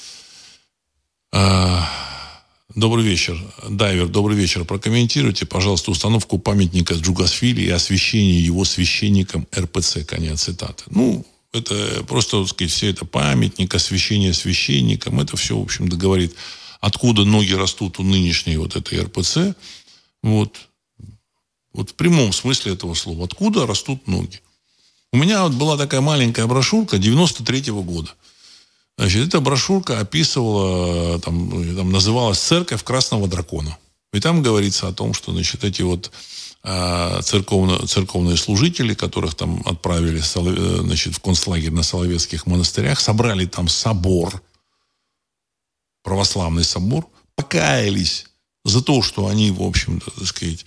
Добрый вечер. Дайвер, добрый вечер. Прокомментируйте, пожалуйста, установку памятника Джугашвили и освящение его священником РПЦ. Конец цитаты. Это просто, так сказать, все это памятник, освящение священником. Это все, в общем-то, говорит, откуда ноги растут у нынешней вот этой РПЦ. Вот в прямом смысле этого слова. Откуда растут ноги. У меня вот была такая маленькая брошюрка 93-го года. Значит, эта брошюрка описывала, там называлась «Церковь Красного Дракона». И там говорится о том, что, значит, эти вот церковные служители, которых там отправили, значит, в концлагерь на Соловецких монастырях, собрали там собор. православный собор, покаялись за то, что они, в общем-то, так сказать,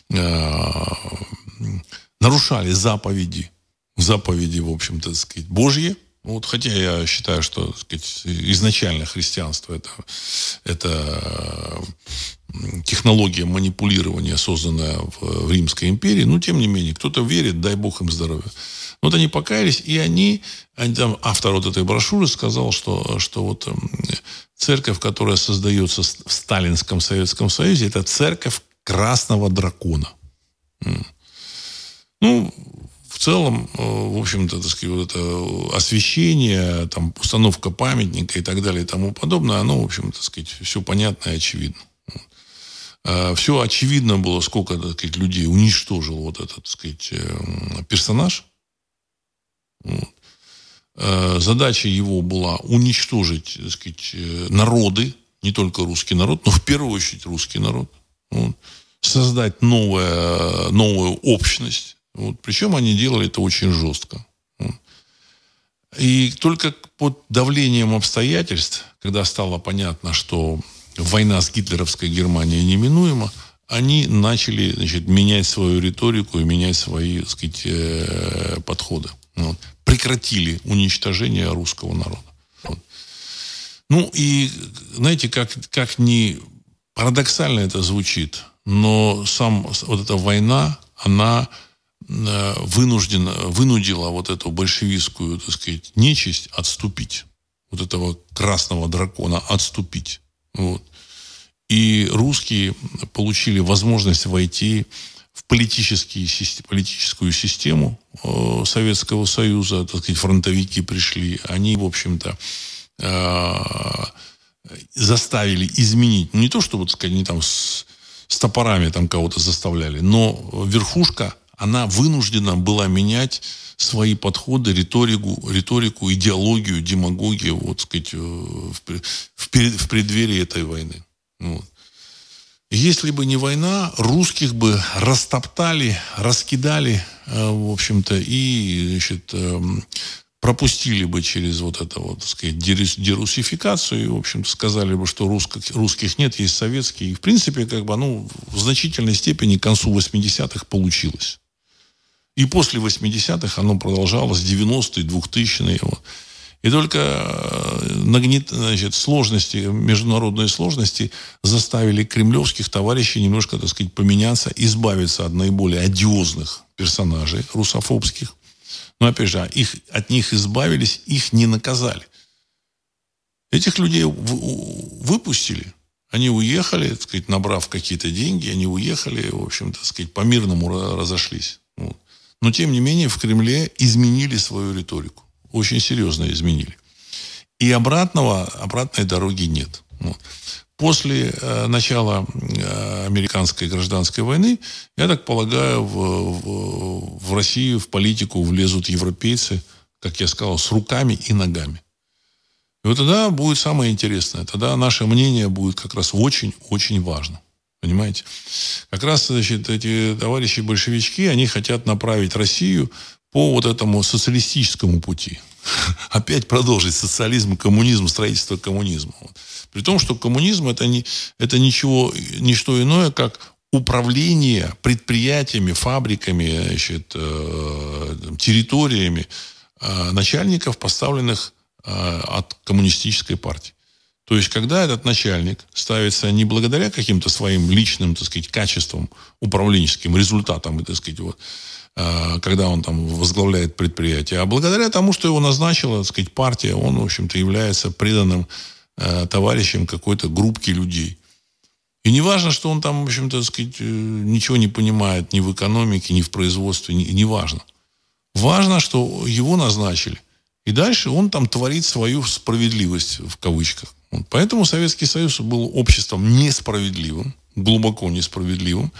нарушали заповеди, в общем-то, так сказать, Божьи. Вот, хотя я считаю, что, так сказать, изначально христианство это технология манипулирования, созданная в Римской империи, но тем не менее, кто-то верит, дай Бог им здоровья. Вот они покаялись, и они там, автор вот этой брошюры сказал, что вот церковь, которая создается в Сталинском Советском Союзе, это церковь Красного Дракона. Ну, в целом, в общем-то, так сказать, вот это освещение, там, установка памятника и так далее и тому подобное, оно, в общем-то, так сказать, все понятно и очевидно. Все очевидно было, сколько, так сказать, людей уничтожил вот этот, так сказать, персонаж. Задача его была уничтожить, так сказать, народы, не только русский народ, но в первую очередь русский народ. Создать новую общность. Причем они делали это очень жестко. И только под давлением обстоятельств, когда стало понятно, что война с гитлеровской Германией неминуема, они начали, значит, менять свою риторику и менять свои, так сказать, подходы. Прекратили уничтожение русского народа. Ну и, знаете, как ни парадоксально это звучит, но вот эта война, она вынудила вот эту большевистскую, так сказать, нечисть отступить. Вот этого красного дракона отступить. Вот. И русские получили возможность войти в политическую систему Советского Союза. Так сказать, фронтовики пришли. Они, в общем-то, заставили изменить. Не то, что, вот, сказать, они там с топорами там кого-то заставляли, но верхушка, она вынуждена была менять свои подходы, риторику, идеологию, демагогию, вот, сказать, в преддверии этой войны. Вот. Если бы не война, русских бы растоптали, раскидали, в общем-то, и, значит, пропустили бы через вот это вот, так сказать, дерусификацию, и, в общем-то, сказали бы, что русских нет, есть советские. И, в принципе, как бы, в значительной степени к концу 80-х получилось. И после 80-х оно продолжалось, 90-е, 2000-е. Вот. И только значит, сложности, международные сложности заставили кремлевских товарищей немножко, так сказать, поменяться, избавиться от наиболее одиозных персонажей русофобских. Но, опять же, от них избавились, их не наказали. Этих людей выпустили. Они уехали, так сказать, набрав какие-то деньги, они уехали, в общем-то, так сказать, по-мирному разошлись. Вот. Но, тем не менее, в Кремле изменили свою риторику. Очень серьезно изменили. И обратной дороги нет. Вот. После начала американской гражданской войны, я так полагаю, в Россию, в политику влезут европейцы, как я сказал, с руками и ногами. И вот тогда будет самое интересное. Тогда наше мнение будет как раз очень-очень важно. Понимаете? Как раз, значит, эти товарищи большевички, они хотят направить Россию по вот этому социалистическому пути. Опять продолжить социализм, коммунизм, строительство коммунизма. При том, что коммунизм это не что иное, как управление предприятиями, фабриками, значит, территориями начальников, поставленных от коммунистической партии. То есть, когда этот начальник ставится не благодаря каким-то своим личным, так сказать, качествам, управленческим результатам, так сказать, вот, когда он там возглавляет предприятие, а благодаря тому, что его назначила, так сказать, партия, он, в общем-то, является преданным товарищем какой-то группки людей. И не важно, что он там, в общем-то, так сказать, ничего не понимает ни в экономике, ни в производстве, не важно. Важно, что его назначили. И дальше он там творит свою справедливость, в кавычках. Вот. Поэтому Советский Союз был обществом несправедливым, глубоко несправедливым,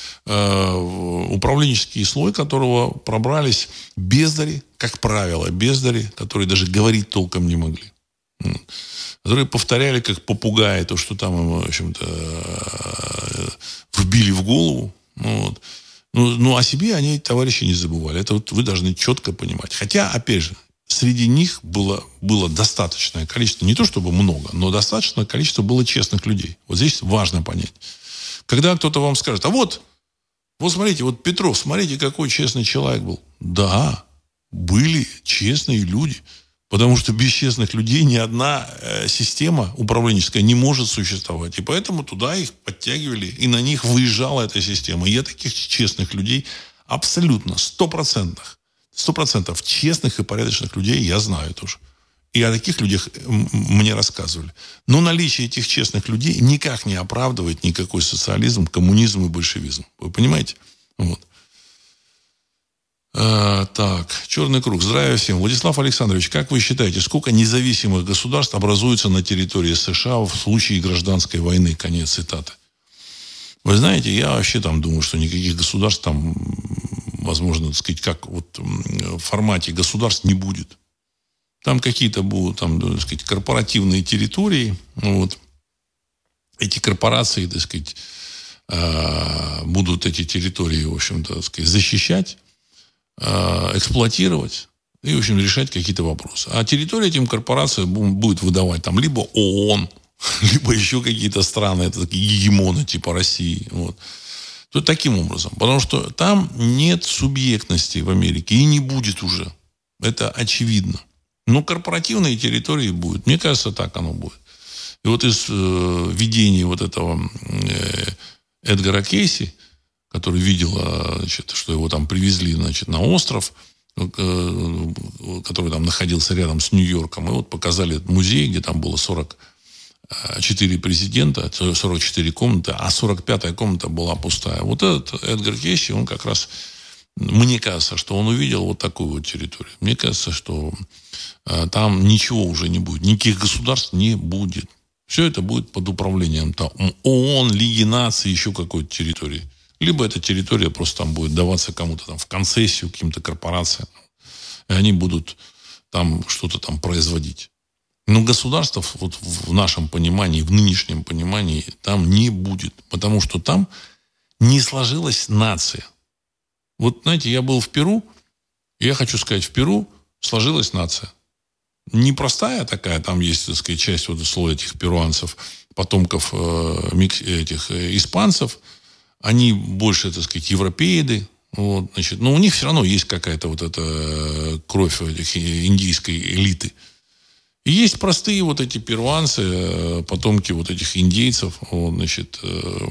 управленческий слой которого пробрались бездари, как правило, бездари, которые даже говорить толком не могли. Которые повторяли, как попугаи, то, что там им, в общем-то, вбили в голову. Вот. Ну, о себе они, товарищи, не забывали. Это вот вы должны четко понимать. Хотя, опять же, среди них было достаточное количество, не то чтобы много, но достаточное количество было честных людей. Вот здесь важно понять. Когда кто-то вам скажет, а вот смотрите, вот Петров, смотрите, какой честный человек был. Да, были честные люди. Потому что без честных людей ни одна система управленческая не может существовать. И поэтому туда их подтягивали, и на них выезжала эта система. И я таких честных людей абсолютно, 100% честных и порядочных людей я знаю тоже. И о таких людях мне рассказывали. Но наличие этих честных людей никак не оправдывает никакой социализм, коммунизм и большевизм. Вы понимаете? Вот. Так, черный круг. Здравия всем. Владислав Александрович, как вы считаете, сколько независимых государств образуется на территории США в случае гражданской войны? Конец цитаты. Вы знаете, я вообще там думаю, что никаких государств там, возможно, так сказать, как вот в формате государств не будет. Там какие-то будут, там, так сказать, корпоративные территории. Вот. Эти корпорации, так сказать, будут эти территории, в общем-то, так сказать, защищать, эксплуатировать и, в общем, решать какие-то вопросы. А территорию этим корпорациям будет выдавать там либо ООН, либо еще какие-то страны, это такие гегемоны типа России. Вот. То таким образом. Потому что там нет субъектности в Америке и не будет уже. Это очевидно. Но корпоративные территории будут. Мне кажется, так оно будет. И вот из видений вот этого Эдгара Кейси, который видел, значит, что его там привезли, значит, на остров, который там находился рядом с Нью-Йорком, и вот показали этот музей, где там было 44 президента, 44 комнаты, а 45-я комната была пустая. Вот этот Эдгар Кейси, он как раз, мне кажется, что он увидел вот такую вот территорию. Мне кажется, что там ничего уже не будет, никаких государств не будет. Все это будет под управлением там ООН, Лиги наций, еще какой-то территории. Либо эта территория просто там будет даваться кому-то там в концессию, каким-то корпорациям. И они будут там что-то там производить. Но государства вот в нашем понимании, в нынешнем понимании там не будет. Потому что там не сложилась нация. Вот, знаете, я был в Перу, и я хочу сказать, в Перу сложилась нация. Непростая такая, там есть, так сказать, часть вот слоя этих перуанцев, потомков этих испанцев. Они больше, так сказать, европеиды. Вот, значит, но у них все равно есть какая-то вот эта кровь этих индийской элиты. И есть простые вот эти перуанцы, потомки вот этих индейцев. Вот, значит,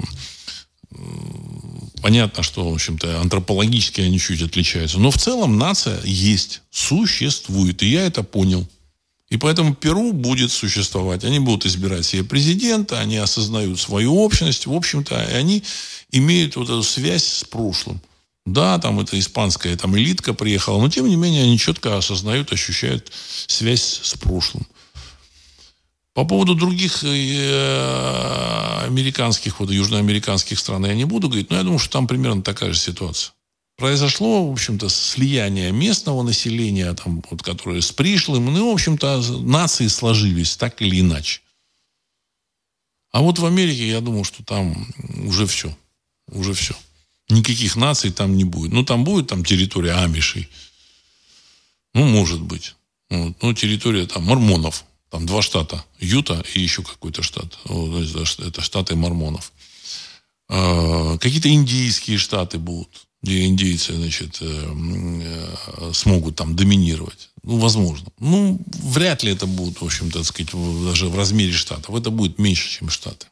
понятно, что, в общем-то, антропологически они чуть отличаются. Но в целом нация есть, существует. И я это понял. И поэтому Перу будет существовать. Они будут избирать себе президента, они осознают свою общность, в общем-то, и они имеют вот эту связь с прошлым. Да, там эта испанская там элитка приехала, но тем не менее они четко осознают, ощущают связь с прошлым. По поводу других американских, вот южноамериканских стран я не буду говорить, но я думаю, что там примерно такая же ситуация. Произошло, в общем-то, слияние местного населения, там, вот, которое с пришлым, ну, в общем-то, нации сложились так или иначе. А вот в Америке, я думаю, что там уже все. Уже все. Никаких наций там не будет. Ну, там будет там территория амишей. Ну, может быть. Вот. Ну, территория там мормонов. Там 2 штата. Юта и еще какой-то штат. Вот, это штаты мормонов. Какие-то индийские штаты будут, где индейцы, значит, смогут там доминировать. Ну, возможно. Ну, вряд ли это будет, в общем-то, так сказать, даже в размере штатов. Это будет меньше, чем штаты.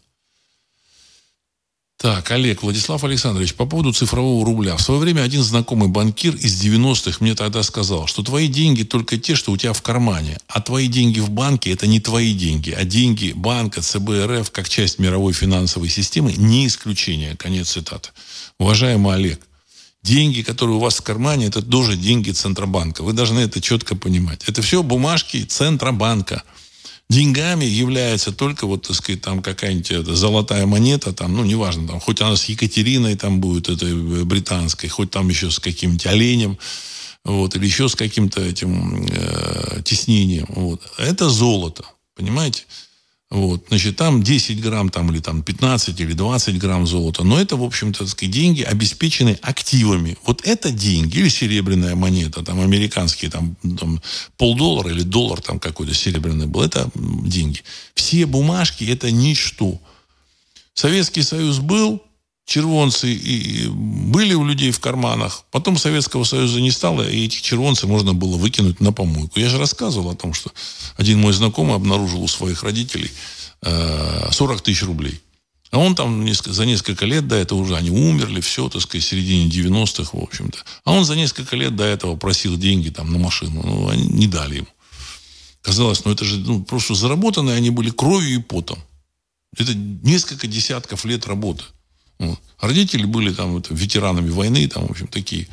Так, Олег, Владислав Александрович, по поводу цифрового рубля. В свое время один знакомый банкир из 90-х мне тогда сказал, что твои деньги только те, что у тебя в кармане. А твои деньги в банке – это не твои деньги, а деньги банка, ЦБ РФ, как часть мировой финансовой системы, не исключение. Конец цитаты. Уважаемый Олег, деньги, которые у вас в кармане, это тоже деньги Центробанка. Вы должны это четко понимать. Это все бумажки Центробанка. Деньгами является только, вот, так сказать, там какая-нибудь золотая монета, там, ну, неважно, там, хоть она с Екатериной там будет, этой британской, хоть там еще с каким-нибудь оленем, вот, или еще с каким-то этим тиснением. Вот. Это золото, понимаете? Вот, значит, там 10 грамм, там, или там 15 или 20 грамм золота. Но это, в общем-то, так сказать, деньги, обеспеченные активами. Вот это деньги. Или серебряная монета, там, американские, там $0,50 или доллар там какой-то серебряный был. Это деньги. Все бумажки – это ничто. Советский Союз был, червонцы и были у людей в карманах. Потом Советского Союза не стало, и этих червонцев можно было выкинуть на помойку. Я же рассказывал о том, что один мой знакомый обнаружил у своих родителей 40 тысяч рублей. А он там за несколько лет до этого уже, они умерли, все, так сказать, в середине 90-х, в общем-то. А он за несколько лет до этого просил деньги там на машину. Ну, они не дали ему. Казалось, это же просто заработанные они были кровью и потом. Это несколько десятков лет работы. Вот. Родители были там ветеранами войны, там, в общем, такие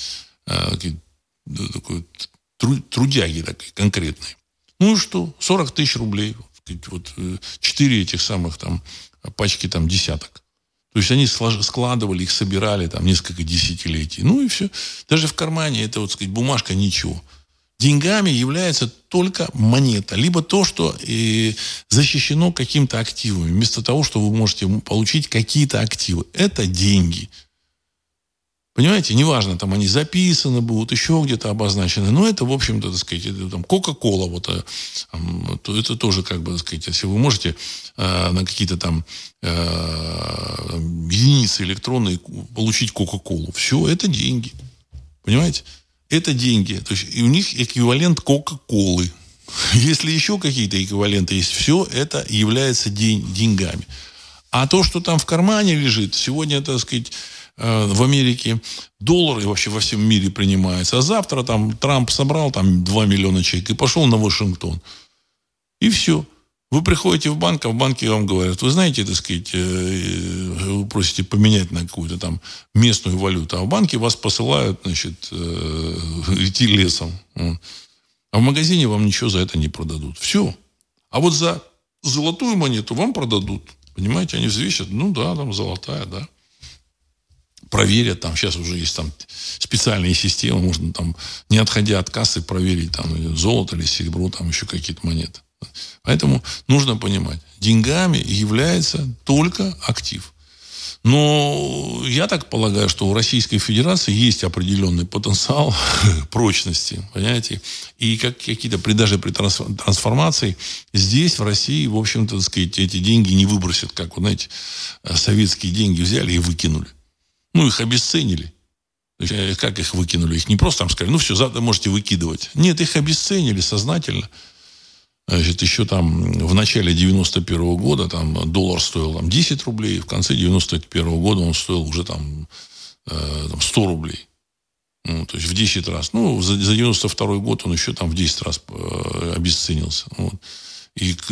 трудяги такие конкретные. Ну и что? 40 тысяч рублей. Вот 4 этих самых там пачки там десяток. То есть они складывали, их собирали там несколько десятилетий. Ну и все. Даже в кармане это, вот сказать, бумажка ничего. Деньгами является только монета. Либо то, что защищено каким-то активами. Вместо того, что вы можете получить какие-то активы. Это деньги. Понимаете? Неважно, там они записаны будут, еще где-то обозначены. Но это, в общем-то, так сказать, это, там, Кока-Кола. Это тоже, как бы, так сказать, если вы можете на какие-то там единицы электронные получить Кока-Колу. Все, это деньги. Понимаете? Это деньги. То есть и у них эквивалент Кока-Колы. Если еще какие-то эквиваленты есть, все это является деньгами. А то, что там в кармане лежит, сегодня, так сказать, в Америке доллар и вообще во всем мире принимается. А завтра там Трамп собрал там 2 миллиона человек и пошел на Вашингтон. И все. Вы приходите в банк, а в банке вам говорят, вы знаете, так сказать, вы просите поменять на какую-то там местную валюту, а в банке вас посылают, значит, идти лесом. А в магазине вам ничего за это не продадут. Все. А вот за золотую монету вам продадут. Понимаете, они взвесят, ну да, там золотая, да. Проверят, там сейчас уже есть там специальные системы, можно там, не отходя от кассы, проверить там золото или серебро, там еще какие-то монеты. Поэтому нужно понимать, деньгами является только актив. Но я так полагаю, что у Российской Федерации есть определенный потенциал прочности, понимаете, и какие-то даже при трансформации здесь, в России, в общем-то, так сказать, эти деньги не выбросят, как, вот, знаете, советские деньги взяли и выкинули. Ну, их обесценили. Как их выкинули? Их не просто там сказали, ну все, завтра можете выкидывать. Нет, их обесценили сознательно. Значит, еще там в начале 91 года там доллар стоил там 10 рублей, в конце 91 года он стоил уже там 100 рублей. Ну, то есть в 10 раз. Ну, за 92 год он еще там в 10 раз обесценился. Вот. И к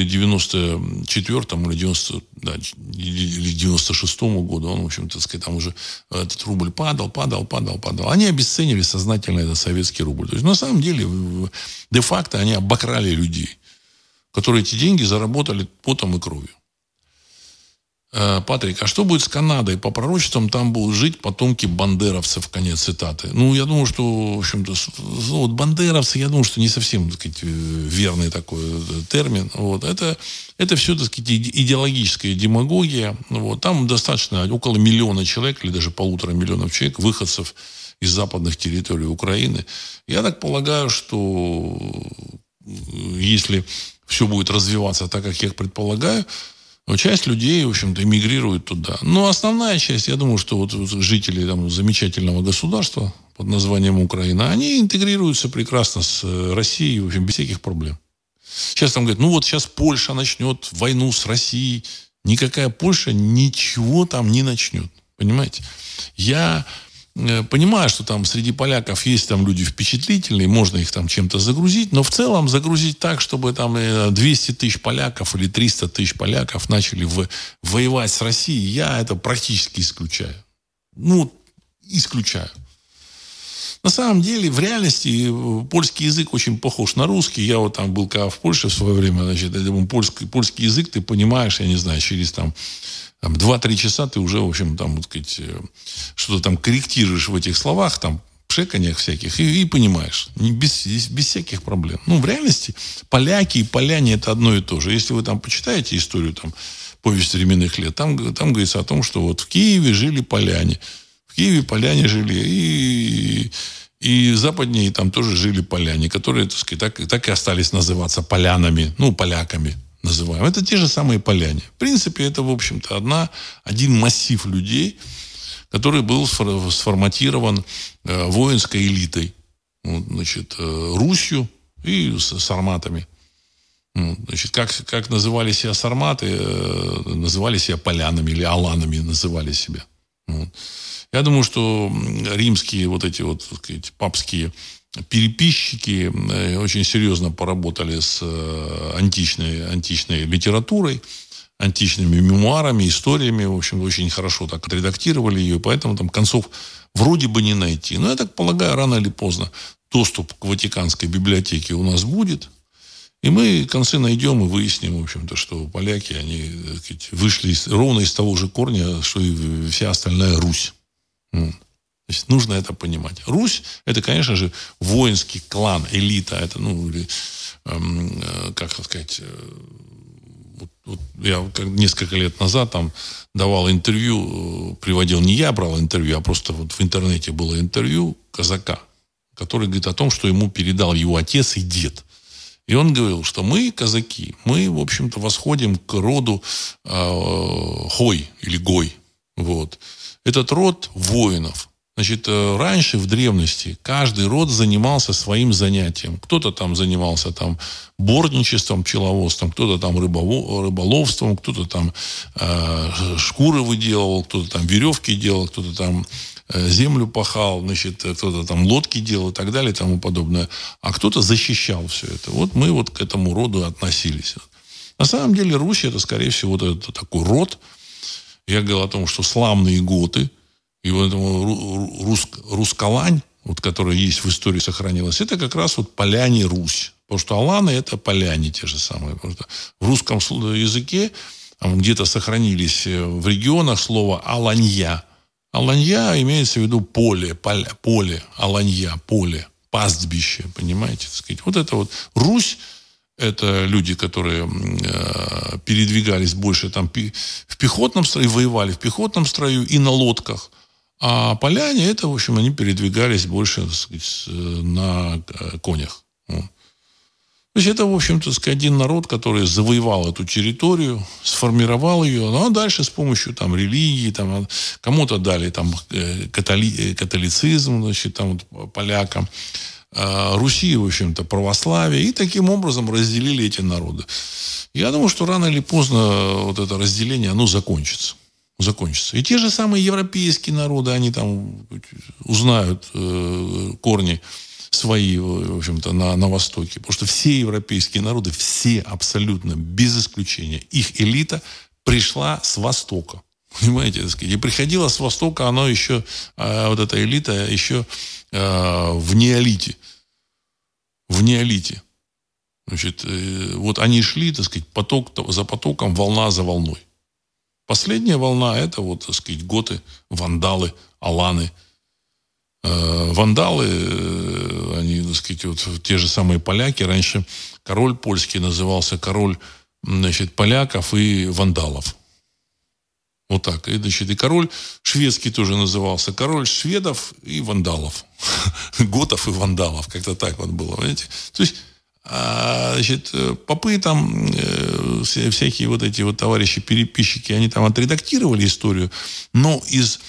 94 или 96 году он, в общем-то, так сказать, там уже этот рубль падал. Они обесценили сознательно этот советский рубль. То есть, на самом деле, де-факто они обокрали людей, которые эти деньги заработали потом и кровью. Патрик, а что будет с Канадой? По пророчествам там будут жить потомки бандеровцев, конец цитаты. Ну, я думаю, что, в общем-то, вот бандеровцы, я думаю, что не совсем, так сказать, верный такой термин. Вот. Это все, так сказать, идеологическая демагогия. Вот. Там достаточно около 1 миллиона человек, или даже 1,5 миллиона человек, выходцев из западных территорий Украины. Я так полагаю, что если все будет развиваться так, как я предполагаю, часть людей, в общем-то, эмигрирует туда. Но основная часть, я думаю, что вот жители там замечательного государства под названием Украина, они интегрируются прекрасно с Россией, в общем, без всяких проблем. Сейчас там говорят, ну вот сейчас Польша начнет войну с Россией. Никакая Польша ничего там не начнет. Понимаете? Я понимаю, что там среди поляков есть там люди впечатлительные, можно их там чем-то загрузить, но в целом загрузить так, чтобы там 200 тысяч поляков или 300 тысяч поляков начали воевать с Россией, я это практически исключаю. Ну, исключаю. На самом деле, в реальности, польский язык очень похож на русский. Я вот там был когда в Польше в свое время, значит, я думаю, польский язык ты понимаешь, я не знаю, через там 2-3 часа ты уже, в общем, там, вот сказать, что-то там корректируешь в этих словах, там шеканьях всяких, и понимаешь, без всяких проблем. В реальности поляки и поляне это одно и то же. Если вы там почитаете историю, там, повесть временных лет, там говорится о том, что вот в Киеве жили поляне. В Киеве поляне жили, и западнее там тоже жили поляне, которые, так сказать, так и остались называться полянами, поляками называем. Это те же самые поляне. В принципе, это, в общем-то, один массив людей, который был сформатирован воинской элитой, Русью и сарматами. Как называли себя сарматы, называли себя полянами или аланами называли себя. Я думаю, что римские вот эти вот, так сказать, папские переписчики очень серьезно поработали с античной литературой, античными мемуарами, историями. В общем, очень хорошо так отредактировали ее, поэтому там концов вроде бы не найти. Но я так полагаю, рано или поздно доступ к Ватиканской библиотеке у нас будет. И мы концы найдем и выясним, в общем-то, что поляки, они, так сказать, вышли ровно из того же корня, что и вся остальная Русь. То есть нужно это понимать. Русь – это, конечно же, воинский клан, элита. Это, как сказать, я несколько лет назад там давал интервью, приводил, не я брал интервью, а просто вот в интернете было интервью казака, который говорит о том, что ему передал его отец и дед. И он говорил, что мы, казаки, мы, в общем-то, восходим к роду Хой или Гой. Вот. Этот род воинов. Значит, раньше, в древности, каждый род занимался своим занятием. Кто-то там занимался бортничеством, пчеловодством, кто-то там рыболовством, кто-то там шкуры выделывал, кто-то там веревки делал, кто-то там землю пахал, значит, кто-то там лодки делал и так далее и тому подобное. А кто-то защищал все это. Вот мы вот к этому роду относились. На самом деле Русь это, скорее всего, это такой род. Я говорил о том, что славные готы, и вот Рускалань, вот, которая есть в истории, сохранилась, это как раз вот поляне Русь. Потому что аланы это поляне те же самые. Потому что в русском языке где-то сохранились в регионах слово аланья. Аланья имеется в виду поле, аланья, поле, пастбище, понимаете? Так сказать. Вот это вот Русь. Это люди, которые передвигались больше там в пехотном строю, воевали в пехотном строю и на лодках. А поляне, это, в общем, они передвигались больше, так сказать, на конях. То есть это, в общем-то, так сказать, один народ, который завоевал эту территорию, сформировал ее, ну, а дальше с помощью религии, кому-то дали католицизм, значит, полякам, Руси, в общем-то, православие, и таким образом разделили эти народы. Я думаю, что рано или поздно вот это разделение, оно закончится. И те же самые европейские народы, они там узнают корни свои, в общем-то, на Востоке. Потому что все европейские народы, все абсолютно, без исключения, их элита пришла с Востока. Понимаете, так сказать. И приходила с Востока, она еще, вот эта элита еще в неолите. Значит, вот они шли, так сказать, поток за потоком, волна за волной. Последняя волна – это, вот, так сказать, готы, вандалы, аланы. Вандалы, они, так сказать, вот те же самые поляки. Раньше король польский назывался король, значит, поляков и вандалов. Вот так. И, значит, и король шведский тоже назывался король шведов и вандалов. Готов и вандалов. Как-то так вот было, понимаете? То есть, значит, попы там, всякие вот эти вот товарищи-переписчики, они там отредактировали историю, но из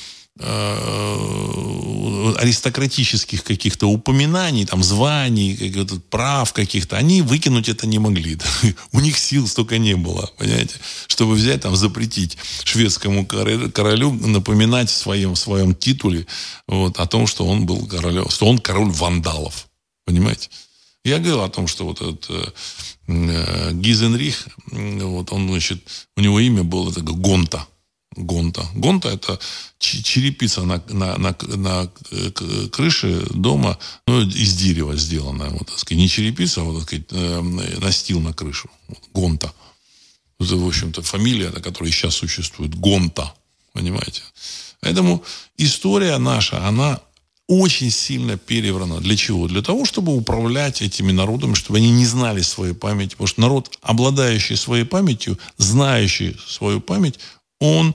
аристократических каких-то упоминаний, там, званий, прав каких-то, они выкинуть это не могли. Да? У них сил столько не было, понимаете, чтобы взять, там, запретить шведскому королю напоминать в своем титуле вот, о том, что он был королем, что он король вандалов, понимаете. Я говорил о том, что вот этот Гизенрих, вот он, значит, у него имя было это Гонта. Гонта – это черепица на крыше дома, ну, из дерева сделанная. Вот, так сказать, не черепица, а вот, так сказать, настил на крышу. Гонта. Это, в общем-то, фамилия, которая сейчас существует. Гонта. Понимаете? Поэтому история наша, она очень сильно переврано. Для чего? Для того, чтобы управлять этими народами, чтобы они не знали своей памяти. Потому что народ, обладающий своей памятью, знающий свою память, он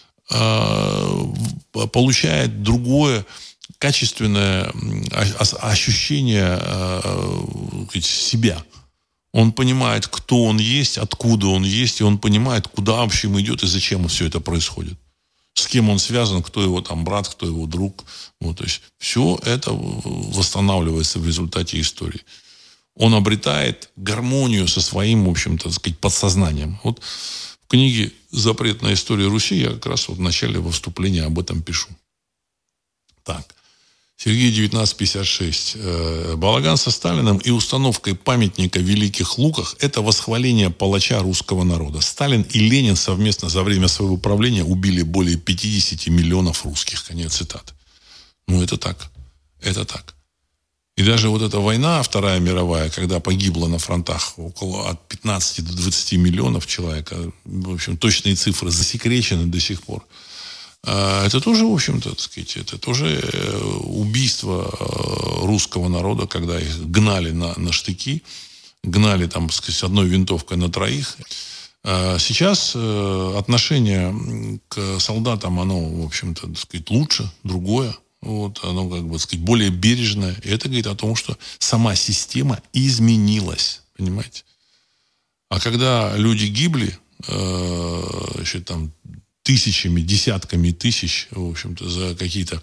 получает другое качественное ощущение себя. Он понимает, кто он есть, откуда он есть, и он понимает, куда вообще ему идет и зачем все это происходит. С кем он связан, кто его там брат, кто его друг. Вот, то есть все это восстанавливается в результате истории. Он обретает гармонию со своим, в общем-то, так сказать, подсознанием. Вот в книге «Запретная история Руси» я как раз вот в начале вступления об этом пишу. Так. Сергей, 1956. Балаган со Сталиным и установкой памятника в Великих Луках – это восхваление палача русского народа. Сталин и Ленин совместно за время своего правления убили более 50 миллионов русских. Конец цитаты. Ну, это так. Это так. И даже вот эта война, Вторая мировая, когда погибло на фронтах от 15 до 20 миллионов человек, в общем, точные цифры засекречены до сих пор. Это тоже, в общем-то, так сказать, это тоже убийство русского народа, когда их гнали на штыки, гнали там, так сказать, с одной винтовкой на троих. Сейчас отношение к солдатам, оно, в общем-то, так сказать, лучше, другое. Вот, оно, как бы, так сказать, более бережное. И это говорит о том, что сама система изменилась. Понимаете? А когда люди гибли, еще там тысячами, десятками тысяч, в общем-то, за какие-то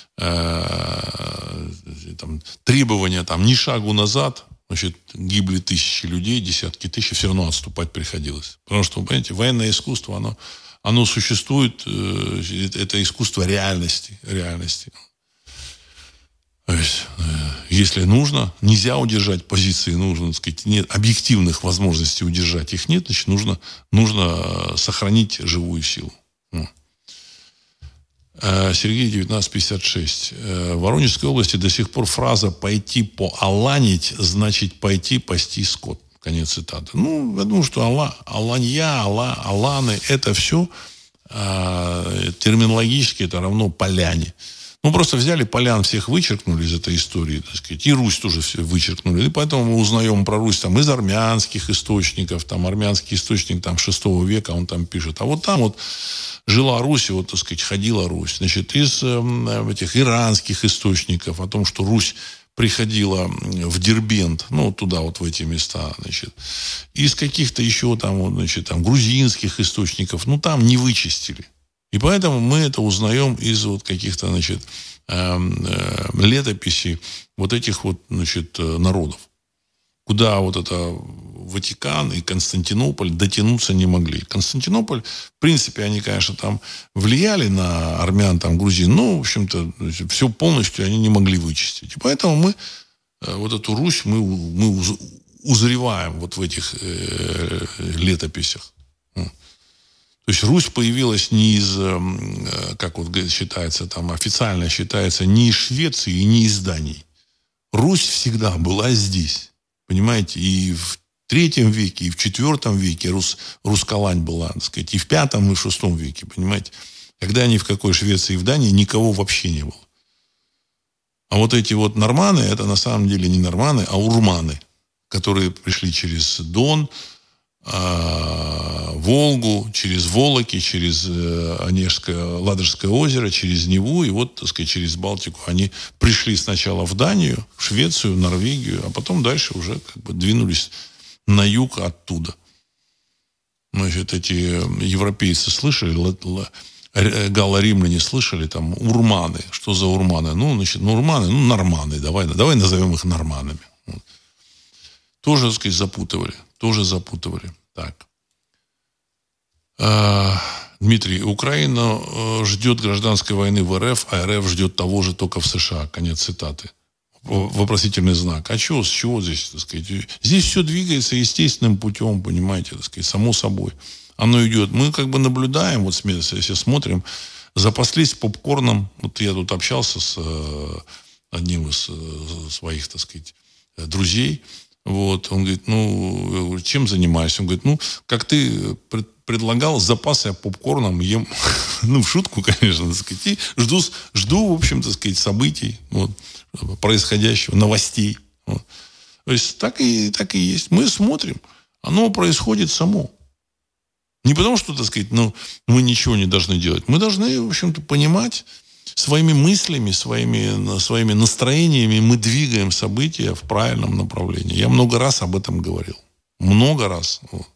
там, требования, там, ни шагу назад, значит, гибли тысячи людей, десятки тысяч, все равно отступать приходилось. Потому что, понимаете, военное искусство, оно существует, это искусство реальности. То есть, если нужно, нельзя удержать позиции, нужно, так сказать, нет объективных возможностей удержать их нет, значит, нужно сохранить живую силу. Сергей, 1956. В Воронежской области до сих пор фраза «пойти поаланить» значит «пойти пасти скот». Конец цитаты. Ну, я думаю, что аланья, аланы – это все терминологически это равно поляне. Ну, просто взяли полян, всех вычеркнули из этой истории, так сказать, и Русь тоже все вычеркнули. И поэтому мы узнаем про Русь там из армянских источников, там армянский источник там 6 века, он там пишет. А вот там вот жила Русь, вот, так сказать, ходила Русь. Значит, из этих иранских источников о том, что Русь приходила в Дербент, ну, туда вот в эти места, значит, из каких-то еще там, вот, значит, там грузинских источников, ну, там не вычистили. И поэтому мы это узнаем из вот каких-то, значит, летописей вот этих вот, значит, народов. Куда вот это Ватикан и Константинополь дотянуться не могли. Константинополь, в принципе, они, конечно, там влияли на армян, там, грузин, но, в общем-то, все полностью они не могли вычистить. И поэтому мы вот эту Русь мы узреваем вот в этих летописях. То есть Русь появилась не из, как вот считается, там официально считается, не из Швеции и не из Дании. Русь всегда была здесь. Понимаете? И в III веке, и в IV веке Рускалань была, так сказать, и в V, и в VI веке. Понимаете? Когда ни в какой Швеции и в Дании никого вообще не было. А вот эти вот норманы, это на самом деле не норманы, а урманы, которые пришли через Дон, Волгу, через Волоки, через Онежское, Ладожское озеро, через Неву и вот, так сказать, через Балтику. Они пришли сначала в Данию, в Швецию, Норвегию, а потом дальше уже как бы двинулись на юг оттуда. Значит, эти европейцы слышали, галло-римляне слышали, там, урманы. Что за урманы? Ну, значит, урманы, норманы. Давай назовем их норманами. Вот. Тоже, так сказать, запутывали. Так. Дмитрий, Украина ждет гражданской войны в РФ, а РФ ждет того же только в США. Конец цитаты. Вопросительный знак. А чего, с чего здесь, так сказать? Здесь все двигается естественным путем, понимаете, так сказать, само собой. Оно идет. Мы как бы наблюдаем, вот если смотрим, запаслись попкорном. Вот я тут общался с одним из своих, так сказать, друзей. Вот, он говорит, ну, чем занимаюсь? Он говорит, ну, как ты предлагал запасы я попкорном ем, в шутку, конечно, так сказать, и жду, в общем, так сказать, событий, происходящего, новостей. Вот. То есть так и есть. Мы смотрим, оно происходит само. Не потому, что, так сказать, мы ничего не должны делать. Мы должны, в общем-то, понимать своими мыслями, своими настроениями мы двигаем события в правильном направлении. Я много раз об этом говорил. Много раз.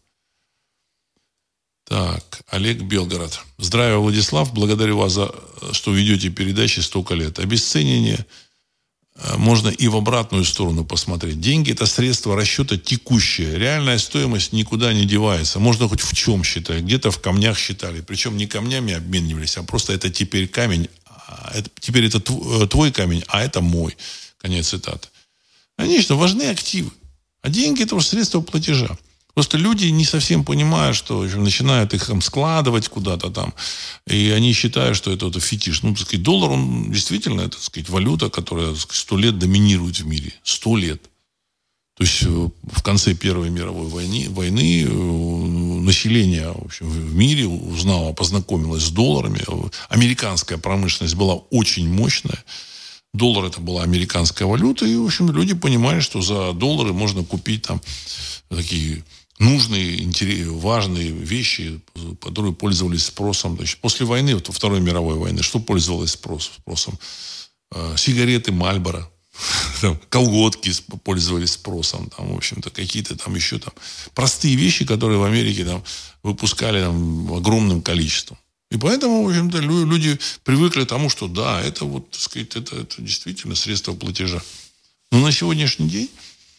Так, Олег Белгород. Здравия, Владислав. Благодарю вас за, что ведете передачи столько лет. Обесценивание можно и в обратную сторону посмотреть. Деньги – это средство расчета текущее. Реальная стоимость никуда не девается. Можно хоть в чем считать. Где-то в камнях считали. Причем не камнями обменивались, а просто это теперь камень. Теперь это твой камень, а это мой. Конец цитаты. Конечно, важны активы. А деньги – это уже средство платежа. Просто люди не совсем понимают, что начинают их складывать куда-то там. И они считают, что это фетиш. Так сказать, доллар, он действительно, это, так сказать, валюта, которая 100 лет доминирует в мире. 100 лет. То есть в конце Первой мировой войны население, в общем, в мире узнало, познакомилось с долларами. Американская промышленность была очень мощная. Доллар – это была американская валюта. И, в общем, люди понимали, что за доллары можно купить там такие нужные, важные вещи, которые пользовались спросом. Значит, после войны, Второй мировой войны, что пользовалось спросом? Сигареты Мальборо, колготки пользовались спросом, в общем-то, какие-то еще простые вещи, которые в Америке выпускали огромным количеством. И поэтому, в общем-то, люди привыкли к тому, что да, это так сказать, это действительно средство платежа. Но на сегодняшний день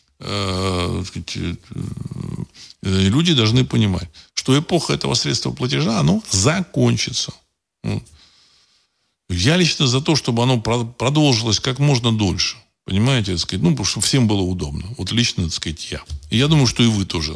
люди должны понимать, что эпоха этого средства платежа, оно закончится. Я лично за то, чтобы оно продолжилось как можно дольше. Понимаете, так сказать, потому что всем было удобно. Вот лично, так сказать, я. И я думаю, что и вы тоже.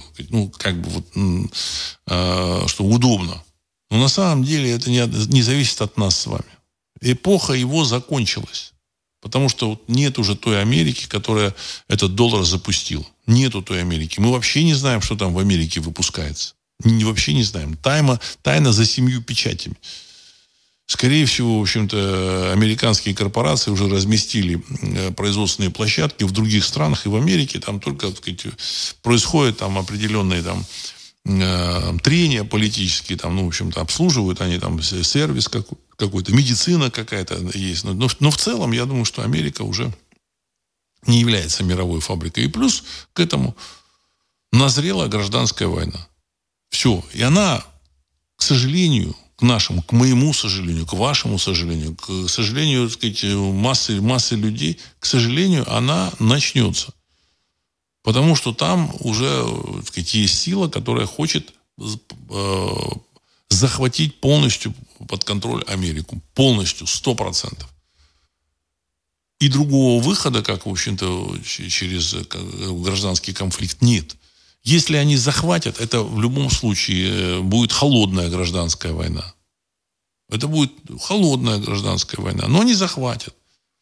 Что удобно. Но на самом деле это не зависит от нас с вами. Эпоха его закончилась. Потому что нет уже той Америки, которая этот доллар запустила. Нету той Америки. Мы вообще не знаем, что там в Америке выпускается. Вообще не знаем. Тайна за 7 печатями. Скорее всего, в общем-то, американские корпорации уже разместили производственные площадки в других странах и в Америке. Там только, так сказать, происходят определенные трения политические, в общем-то, обслуживают они сервис какой-то, медицина какая-то есть. Но в целом, я думаю, что Америка уже не является мировой фабрикой. И плюс к этому назрела гражданская война. Все. И она, к сожалению, к моему сожалению, к вашему сожалению, к сожалению, так сказать, массы людей, к сожалению, она начнется. Потому что там уже, так сказать, есть сила, которая хочет захватить полностью под контроль Америку. Полностью, 100%. И другого выхода, как, в общем-то, через гражданский конфликт, нет. Если они захватят, это в любом случае будет холодная гражданская война. Это будет холодная гражданская война. Но они захватят.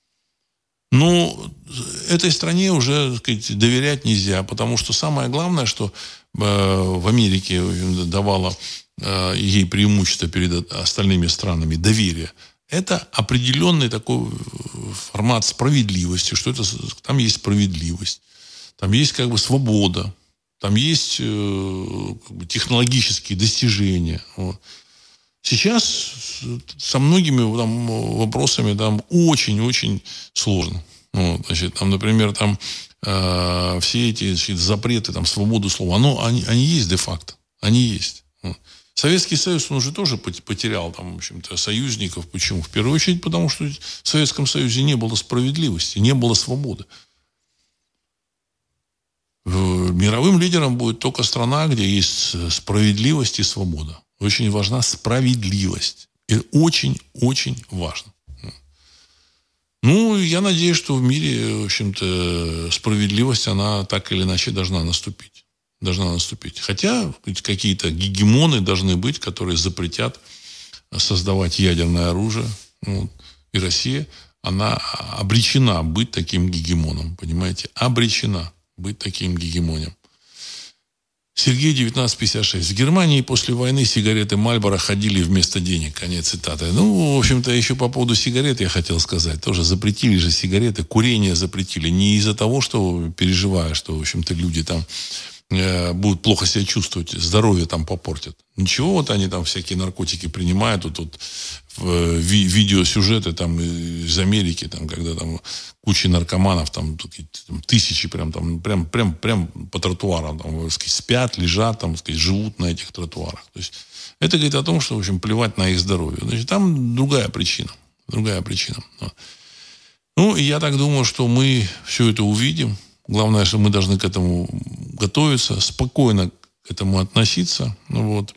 Но этой стране уже, так сказать, доверять нельзя, потому что самое главное, что в Америке давало ей преимущество перед остальными странами, доверие, это определенный такой формат справедливости, что там есть справедливость, там есть свобода, там есть технологические достижения. Вот. Сейчас со многими вопросами очень-очень сложно. Значит, например, все эти запреты, свободу слова, они есть де-факто. Они есть. Советский Союз, он уже тоже потерял в общем-то, союзников. Почему? В первую очередь, потому что в Советском Союзе не было справедливости, не было свободы. Мировым лидером будет только страна, где есть справедливость и свобода. Очень важна справедливость. Это очень-очень важно. Я надеюсь, что в мире, в общем-то, справедливость, она так или иначе должна наступить. Хотя какие-то гегемоны должны быть, которые запретят создавать ядерное оружие. И Россия, она обречена быть таким гегемоном. Понимаете? Обречена быть таким гегемоном. Сергей, 1956. В Германии после войны сигареты Мальборо ходили вместо денег. Конец цитаты. Ну, в общем-то, еще по поводу сигарет я хотел сказать. Тоже запретили же сигареты. Курение запретили. Не из-за того, что переживая, что, в общем-то, люди там будут плохо себя чувствовать, здоровье там попортят. Ничего, вот они там всякие наркотики принимают. Тут видеосюжеты там из Америки, там, когда там куча наркоманов, там тысячи прям по тротуарам там, сказать, спят, лежат, там, сказать, живут на этих тротуарах. То есть это говорит о том, что, в общем, плевать на их здоровье. Значит, там другая причина. Ну, и я так думаю, что мы все это увидим. Главное, что мы должны к этому готовиться, спокойно к этому относиться. Ну, вот.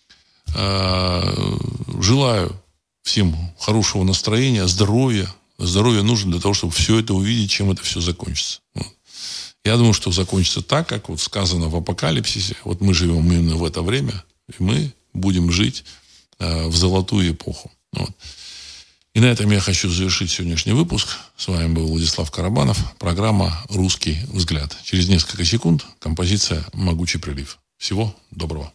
Желаю всем хорошего настроения, здоровья. Здоровье нужно для того, чтобы все это увидеть, чем это все закончится. Вот. Я думаю, что закончится так, как вот сказано в Апокалипсисе. Вот мы живем именно в это время, и мы будем жить в золотую эпоху. Вот. И на этом я хочу завершить сегодняшний выпуск. С вами был Владислав Карабанов. Программа «Русский взгляд». Через несколько секунд композиция «Могучий прилив». Всего доброго.